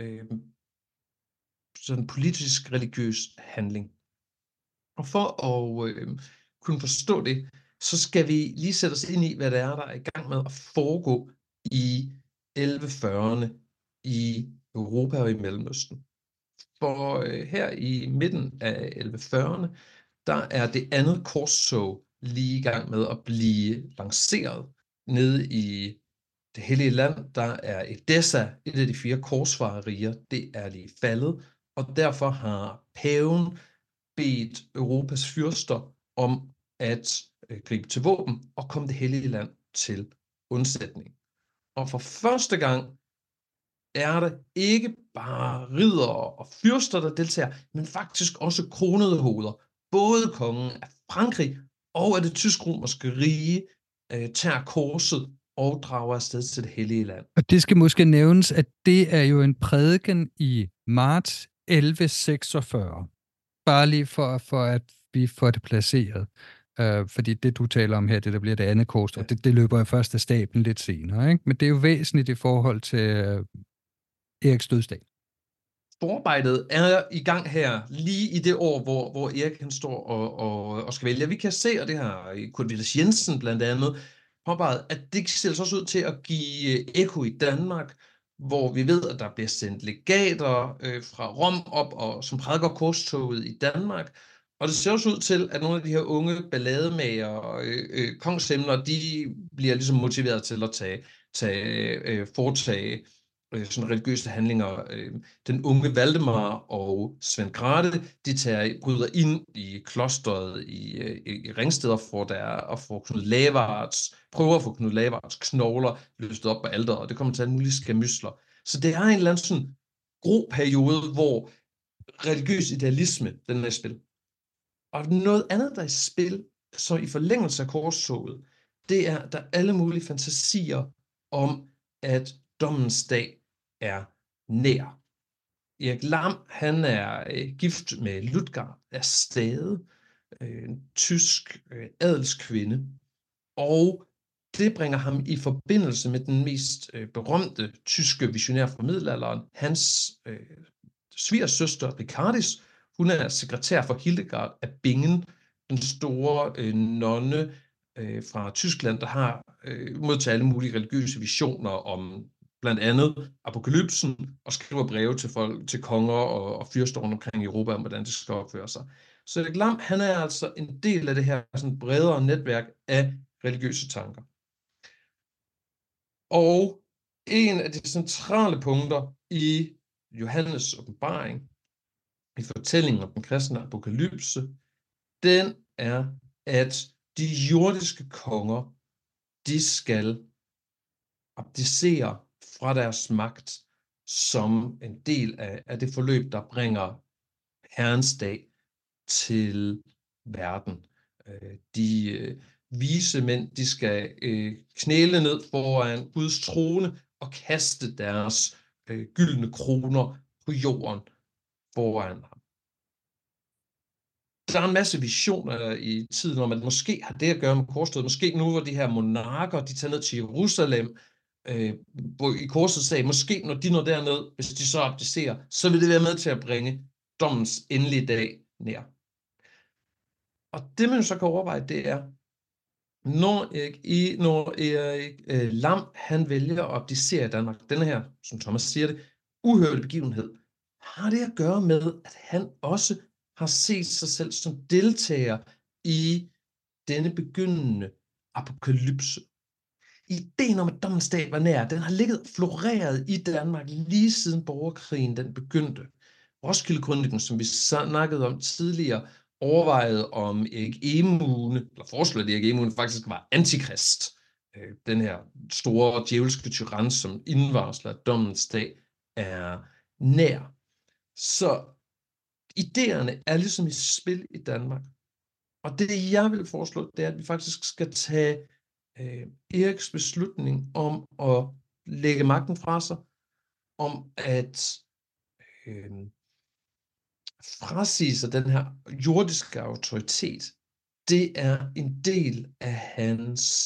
sådan politisk religiøs handling. Og for at kunne forstå det, så skal vi lige sætte os ind i, hvad det er, der er i gang med at foregå i 1140'erne i Europa og i Mellemøsten. For her i midten af 1140'erne, der er det andet korstog lige i gang med at blive lanceret. Nede i det hellige land, der er Edessa, et af de 4 korsfareriger, det er lige faldet, og derfor har paven bedt Europas fyrster om at gribe til våben og komme det hellige land til undsætning. Og for første gang er det ikke bare riddere og fyrster, der deltager, men faktisk også kronede hoveder. Både kongen af Frankrig og af det tysk-romerske rige tager korset og drager afsted til det hellige land. Og det skal måske nævnes, at det er jo en prædiken i marts 1146. Bare lige for at vi får det placeret. Fordi det, du taler om her, det der bliver det andet korstog, det løber jo først af stablen lidt senere. Ikke? Men det er jo væsentligt i forhold til Eriks dødsdag. forarbejdet er i gang her, lige i det år, hvor Erik han står og skal vælge. Vi kan se, og det har Kurt Wilders Jensen blandt andet påpeget, at det ser også ud til at give ekko i Danmark, hvor vi ved, at der bliver sendt legater fra Rom op, og som prædiker korstoget i Danmark. Og det ser også ud til, at nogle af de her unge ballademager, kongsemner, de bliver ligesom motiveret til at foretage sådan religiøse handlinger. Den unge Valdemar og Svend Grathe, de bryder ind i klosteret i Ringsted og prøver at få Knud Lavarts knogler løftet op på alteret, og det kommer til at mulige skamysler. Så det er en eller anden sådan grå periode, hvor religiøs idealisme, den er i spil. Og noget andet, der er i spil, så i forlængelse af korstoget, det er, der er alle mulige fantasier om, at dommens dag er nær. Erik Lam, han er gift med Ludgard af Stade, en tysk adelskvinde, og det bringer ham i forbindelse med den mest berømte tyske visionær fra middelalderen, hans svigersøster Ricardis. Hun er sekretær for Hildegard af Bingen, den store nonne fra Tyskland, der har modtaget alle mulige religiøse visioner om blandt andet apokalypsen, og skriver breve til folk, til konger og fyrster rundt omkring i Europa, om hvordan det skal opføre sig. Så Erik Lam, han er altså en del af det her sådan bredere netværk af religiøse tanker. Og en af de centrale punkter i Johannes' åbenbaring, i fortællingen om den kristne apokalypse, den er, at de jordiske konger, de skal abdicere fra deres magt som en del af det forløb, der bringer Herrens dag til verden. De vise mænd, de skal knæle ned foran Guds trone og kaste deres gyldne kroner på jorden foran ham. Der er en masse visioner i tiden om, at måske har det at gøre med korstoget. Måske nu, hvor de her monarker, de tager ned til Jerusalem, hvor i korset sagde, måske når de når derned, hvis de så abdicerer, så vil det være med til at bringe dommens endelige dag nær. Og det man så kan overveje, det er, når Erik Lam, han vælger at abdicere i Danmark, denne her, som Thomas siger det, uhørte begivenhed, har det at gøre med, at han også har set sig selv som deltager i denne begyndende apokalypse. Ideen om, at dommens dag var nær, den har ligget floreret i Danmark lige siden borgerkrigen den begyndte. Roskilde-krøniken, som vi snakkede om tidligere, overvejede om Erik Emune, eller foreslået, at Erik Emune faktisk var antikrist. Den her store djævelske tyran, som indvarsler, at dommens dag er nær. Så idéerne er ligesom i spil i Danmark. Og det, jeg vil foreslå, det er, at vi faktisk skal tage Eriks beslutning om at lægge magten fra sig, om at frasige sig den her jordiske autoritet, det er en del af hans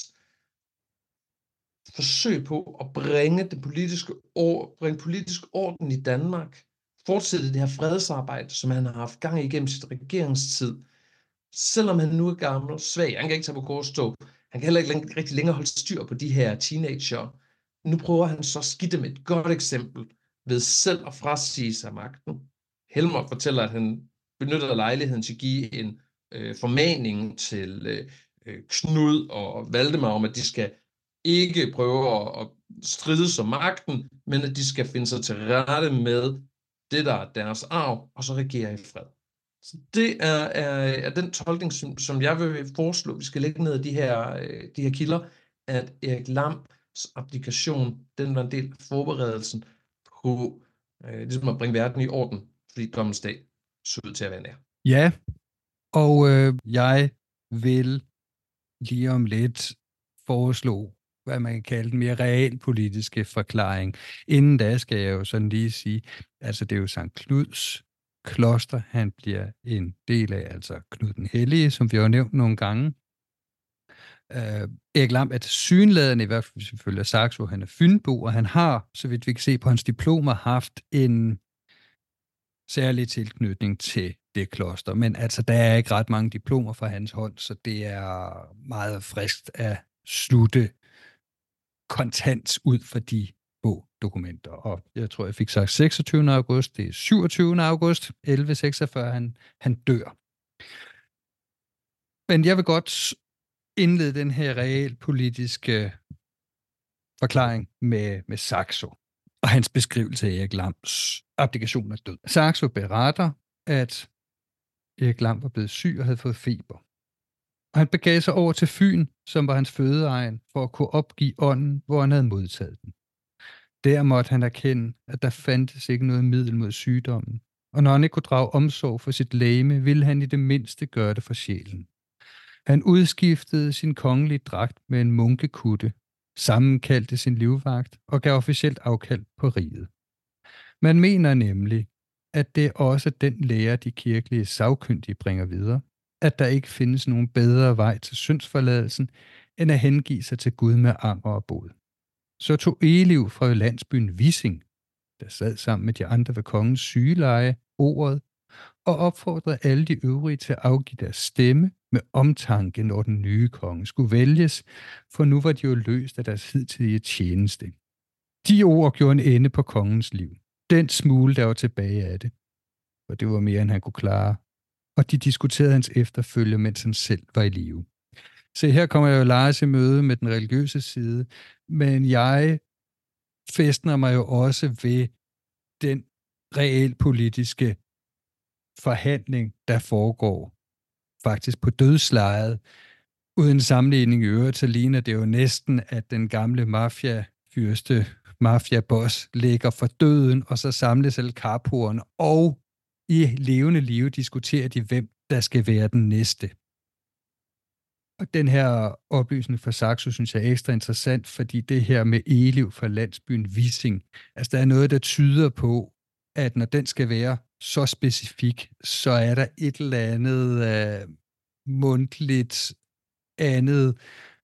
forsøg på at bringe politisk orden i Danmark, fortsætte det her fredsarbejde, som han har haft gang igennem sit regeringstid. Selvom han nu er gammel, svag, han kan ikke tage på korstog, han kan heller ikke rigtig længere holde styr på de her teenager. Nu prøver han så at give dem et godt eksempel ved selv at frasige sig magten. Helmer fortæller, at han benytter lejligheden til at give en formaning til Knud og Valdemar om, at de skal ikke prøve at stride som magten, men at de skal finde sig til rette med det, der er deres arv, og så regere i fred. Så det er den tolkning, som jeg vil foreslå, vi skal lægge ned af de her kilder, at Erik Lams abdikation, den var en del af forberedelsen på ligesom at bringe verden i orden, fordi dommens dag så ud til at være nær. Ja, og jeg vil lige om lidt foreslå, hvad man kan kalde den mere realpolitiske forklaring. Inden da skal jeg jo sådan lige sige, altså det er jo Sankt Knuds kloster, han bliver en del af, altså Knud den Hellige, som vi har nævnt nogle gange. Erik Lam er tilsyneladende, i hvert fald selvfølgelig af Saxo, han er fynbo, og han har, så vidt vi kan se på hans diplomer, haft en særlig tilknytning til det kloster. Men altså, der er ikke ret mange diplomer fra hans hånd, så det er meget friskt at slutte kontant ud for de få dokumenter. Og jeg tror, jeg fik sagt 26. august, det er 27. august 1146, han dør. Men jeg vil godt indlede den her realpolitiske forklaring med Saxo og hans beskrivelse af Erik Lams abdikation af død. Saxo beretter, at Erik Lam var blevet syg og havde fået feber. Og han begav sig over til Fyn, som var hans fødeegn, for at kunne opgive ånden, hvor han havde modtaget den. Der måtte han erkende, at der fandtes ikke noget middel mod sygdommen, og når han ikke kunne drage omsorg for sit legeme, ville han i det mindste gøre det for sjælen. Han udskiftede sin kongelige dragt med en munkekutte, sammenkaldte sin livvagt og gav officielt afkald på riget. Man mener nemlig, at det er også den lære, de kirkelige sagkyndige bringer videre, at der ikke findes nogen bedre vej til syndsforladelsen, end at hengive sig til Gud med anger og bod. Så tog Eliv fra landsbyen Vissing, der sad sammen med de andre ved kongens sygeleje, ordet, og opfordrede alle de øvrige til at afgive deres stemme med omtanke, når den nye konge skulle vælges, for nu var de jo løst af deres hidtidige tjeneste. De ord gjorde en ende på kongens liv. Den smule, der var tilbage af det, for det var mere, end han kunne klare, og de diskuterede hans efterfølge, mens han selv var i live. Så her kommer jeg jo Lars i møde med den religiøse side, men jeg fæstner mig jo også ved den realpolitiske forhandling, der foregår faktisk på dødslejet. Uden sammenligning i øvrigt, så ligner det jo næsten, at den gamle mafiafyrste, mafiaboss ligger for døden, og så samles alle karpoerne, og i levende liv diskuterer de, hvem der skal være den næste. Og den her oplysning fra Saxo, synes jeg er ekstra interessant, fordi det her med Eliv fra landsbyen Vissing, altså der er noget, der tyder på, at når den skal være så specifik, så er der et eller andet mundtligt andet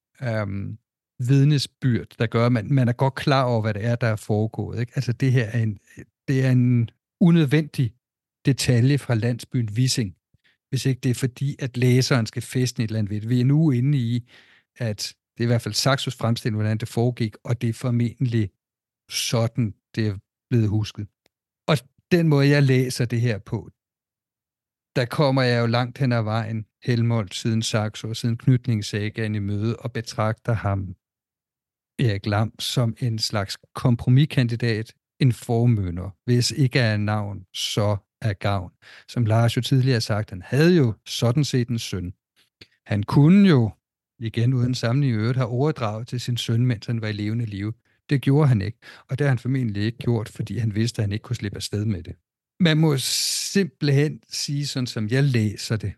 vidnesbyrd, der gør, at man er godt klar over, hvad det er, der er foregået. Ikke? Altså det her er en unødvendig detalje fra landsbyen Vissing, hvis ikke det er fordi, at læseren skal fæstne et eller andet ved det. Vi er nu inde i, at det er i hvert fald Saxos fremstilling, hvordan det foregik, og det er formentlig sådan, det er blevet husket. Og den måde, jeg læser det her på, der kommer jeg jo langt hen ad vejen, Helmolt siden Saxo og siden knytningssagaen i møde, og betragter ham, Erik Lam, som en slags kompromiskandidat, en formønder, hvis ikke er navn, så er gavn. Som Lars jo tidligere har sagt, han havde jo sådan set en søn. Han kunne jo, igen uden sammenligning i øvrigt, have overdraget til sin søn, mens han var i levende liv. Det gjorde han ikke, og det har han formentlig ikke gjort, fordi han vidste, at han ikke kunne slippe afsted med det. Man må simpelthen sige, sådan som jeg læser det,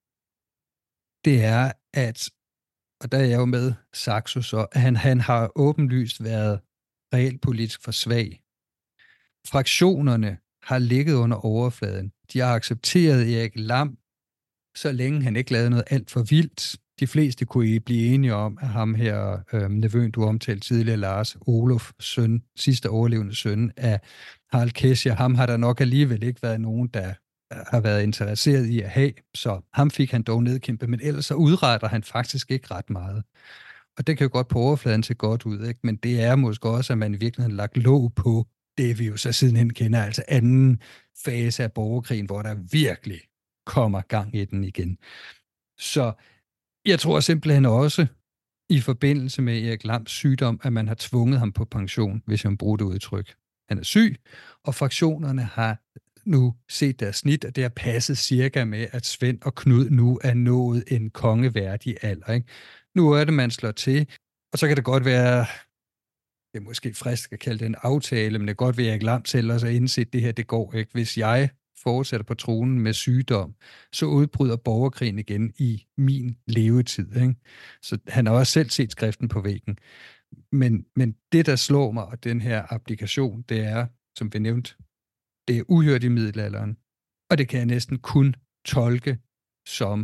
det er, at, og der er jeg jo med Saxo så, at han har åbenlyst været realpolitisk for svag. Fraktionerne har ligget under overfladen. De har accepteret Erik Lam, så længe han ikke lavede noget alt for vildt. De fleste kunne blive enige om, at ham her, nevøen, du omtalte tidligere, Lars, Olof, søn, sidste overlevende søn af Harald Kescher, ham har der nok alligevel ikke været nogen, der har været interesseret i at have, så ham fik han dog nedkæmpet, men ellers så udretter han faktisk ikke ret meget. Og det kan jo godt på overfladen se godt ud, ikke? Men det er måske også, at man i virkeligheden har lagt låg på det, vi jo så sidenhen kender, altså anden fase af borgerkrigen, hvor der virkelig kommer gang i den igen. Så jeg tror simpelthen også, i forbindelse med Erik Lams sygdom, at man har tvunget ham på pension, hvis jeg bruger det udtryk. Han er syg, og fraktionerne har nu set deres snit, og det har passet cirka med, at Svend og Knud nu er nået en kongeværdig alder. Ikke? Nu er det, man slår til, og så kan det godt være, det er måske frisk at kalde det en aftale, men det kan godt være, at Erik Lam selv også har indset, det her, det går ikke. Hvis jeg fortsætter på tronen med sygdom, så udbryder borgerkrigen igen i min levetid. Ikke? Så han har også selv set skriften på væggen. Men det, der slår mig, og den her applikation, det er, som vi nævnte, det er uhørt i middelalderen, og det kan jeg næsten kun tolke som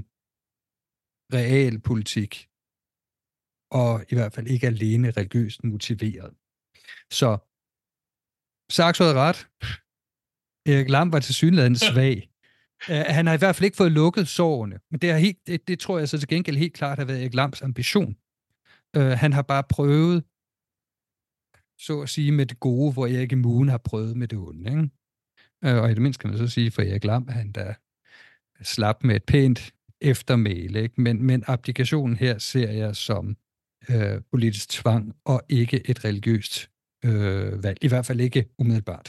realpolitik, og i hvert fald ikke alene religiøst motiveret. Så Saxo havde ret. Erik Lam var tilsyneladende svag. Han har i hvert fald ikke fået lukket sårene, men det tror jeg så til gengæld helt klart har været Erik Lams ambition. Han har bare prøvet, så at sige, med det gode, hvor Erik Emune har prøvet med det onde. Ikke? Og i det mindste kan man så sige, for Erik Lam, han der slap med et pænt eftermæle. Ikke? Men abdikationen her ser jeg som politisk tvang og ikke et religiøst valg. I hvert fald ikke umiddelbart.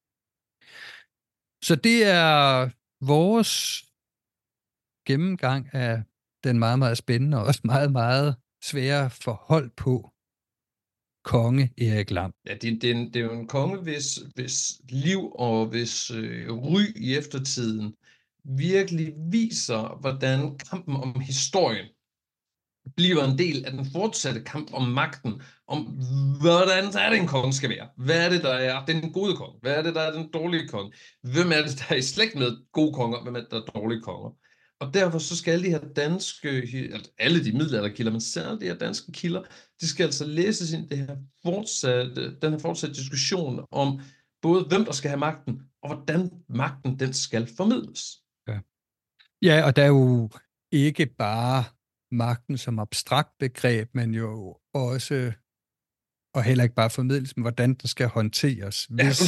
Så det er vores gennemgang af den meget, meget spændende og også meget, meget svære forhold på konge Erik Lam. Ja, det er jo en konge, hvis liv og hvis ry i eftertiden virkelig viser, hvordan kampen om historien bliver en del af den fortsatte kamp om magten, om hvordan er det en konge skal være. Hvad er det, der er den gode konge? Hvad er det, der er den dårlige konge? Hvem er det, der er i slægt med gode konger? Hvem er det, der er dårlige konger? Og derfor så skal de her danske, alle de middelalderkilder, men særligt de her danske kilder, de skal altså læses ind i den her fortsatte diskussion om både hvem der skal have magten, og hvordan magten den skal formidles. Ja, og der er jo ikke bare magten som abstrakt begreb, men jo også, og heller ikke bare formidles, men hvordan den skal håndteres.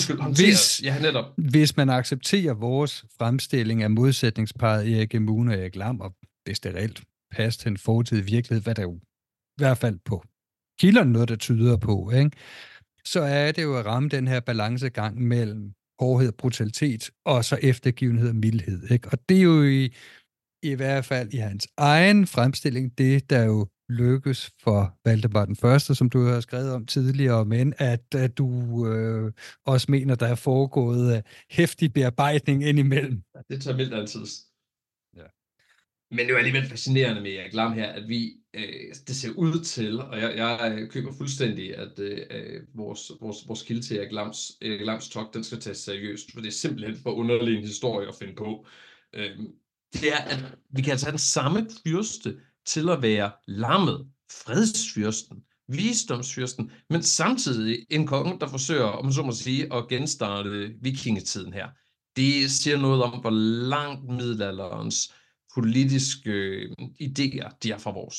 Hvis man accepterer vores fremstilling af modsætningsparret Erik Emune og Erik Lam, og hvis det reelt passer til en fortidig virkelighed, hvad der jo i hvert fald på kilderne noget, der tyder på, ikke? Så er det jo at ramme den her balancegang mellem hårdhed og brutalitet, og så eftergivenhed og mildhed. Ikke? Og det er jo i hvert fald i hans egen fremstilling, det der jo lykkes for Valdemar den Første, som du har skrevet om tidligere, men at du også mener, der er foregået heftig bearbejdning indimellem. Ja, det tager vildt altid. Ja. Men det er jo alligevel fascinerende med Erik Lam her, at vi, det ser ud til, og jeg køber fuldstændig, at vores kilde til Erik Lams talk, den skal tages seriøst, for det er simpelthen for underlig en historie at finde på. Det er, at vi kan altså have den samme fyrste til at være lammet, fredsfyrsten, visdomsfyrsten, men samtidig en konge, der forsøger, om man så må sige, at genstarte vikingetiden her. Det siger noget om, hvor langt middelalderens politiske idéer, de er fra vores.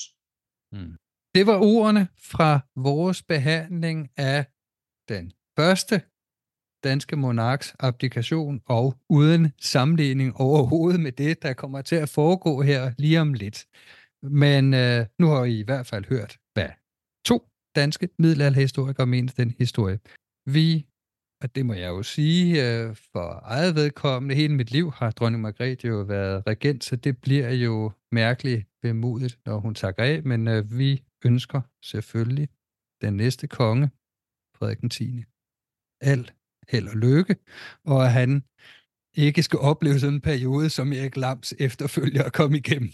Det var ordene fra vores behandling af den første danske monarks abdikation, og uden sammenligning overhovedet med det, der kommer til at foregå her lige om lidt. Men nu har I hvert fald hørt, hvad 2 danske middelalderhistorikere mener den historie. Vi, og det må jeg jo sige, for eget vedkommende, hele mit liv har dronning Margrethe jo været regent, så det bliver jo mærkeligt bemodigt, når hun takker af, men vi ønsker selvfølgelig den næste konge, Frederik 10. Al held og lykke, og at han ikke skal opleve sådan en periode, som Erik Lams efterfølger at komme igennem.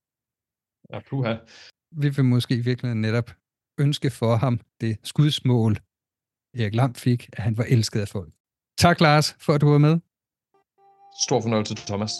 Ja, puha. Vi vil måske virkelig netop ønske for ham det skudsmål, Erik Lam fik, at han var elsket af folk. Tak, Lars, for at du var med. Stor fornøjelse, Thomas.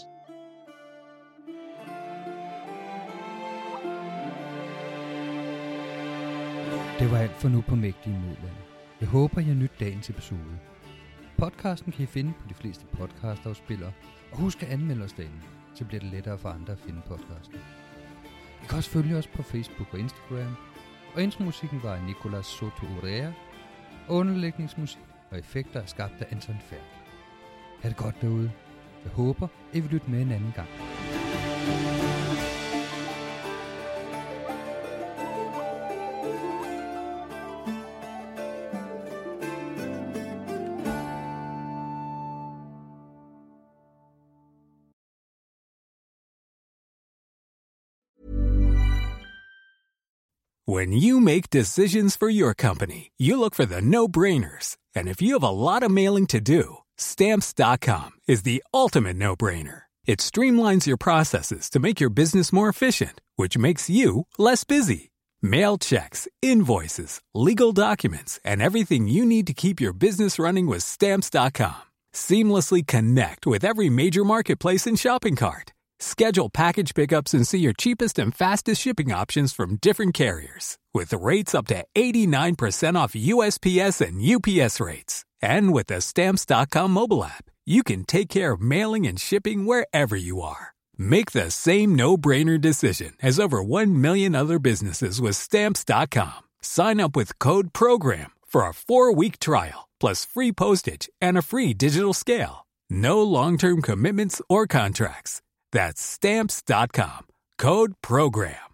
Det var alt for nu på Mægtige Middelalder. Jeg håber, I har nydt dagens episode. Podcasten kan I finde på de fleste podcastafspillere, og husk at anmelde os derinde, så bliver det lettere for andre at finde podcasten. I kan også følge os på Facebook og Instagram, og intromusikken var af Nicolas Soto Urrea, og underlægningsmusik og effekter er skabt af Anton Færk. Ha' det godt derude. Jeg håber, I vil lytte med en anden gang. When you make decisions for your company, you look for the no-brainers. And if you have a lot of mailing to do, Stamps.com is the ultimate no-brainer. It streamlines your processes to make your business more efficient, which makes you less busy. Mail checks, invoices, legal documents, and everything you need to keep your business running with Stamps.com. Seamlessly connect with every major marketplace and shopping cart. Schedule package pickups and see your cheapest and fastest shipping options from different carriers, with rates up to 89% off USPS and UPS rates. And with the Stamps.com mobile app, you can take care of mailing and shipping wherever you are. Make the same no-brainer decision as over 1 million other businesses with Stamps.com. Sign up with code PROGRAM for a 4-week trial, plus free postage and a free digital scale. No long-term commitments or contracts. That's Stamps.com. Code PROGRAM.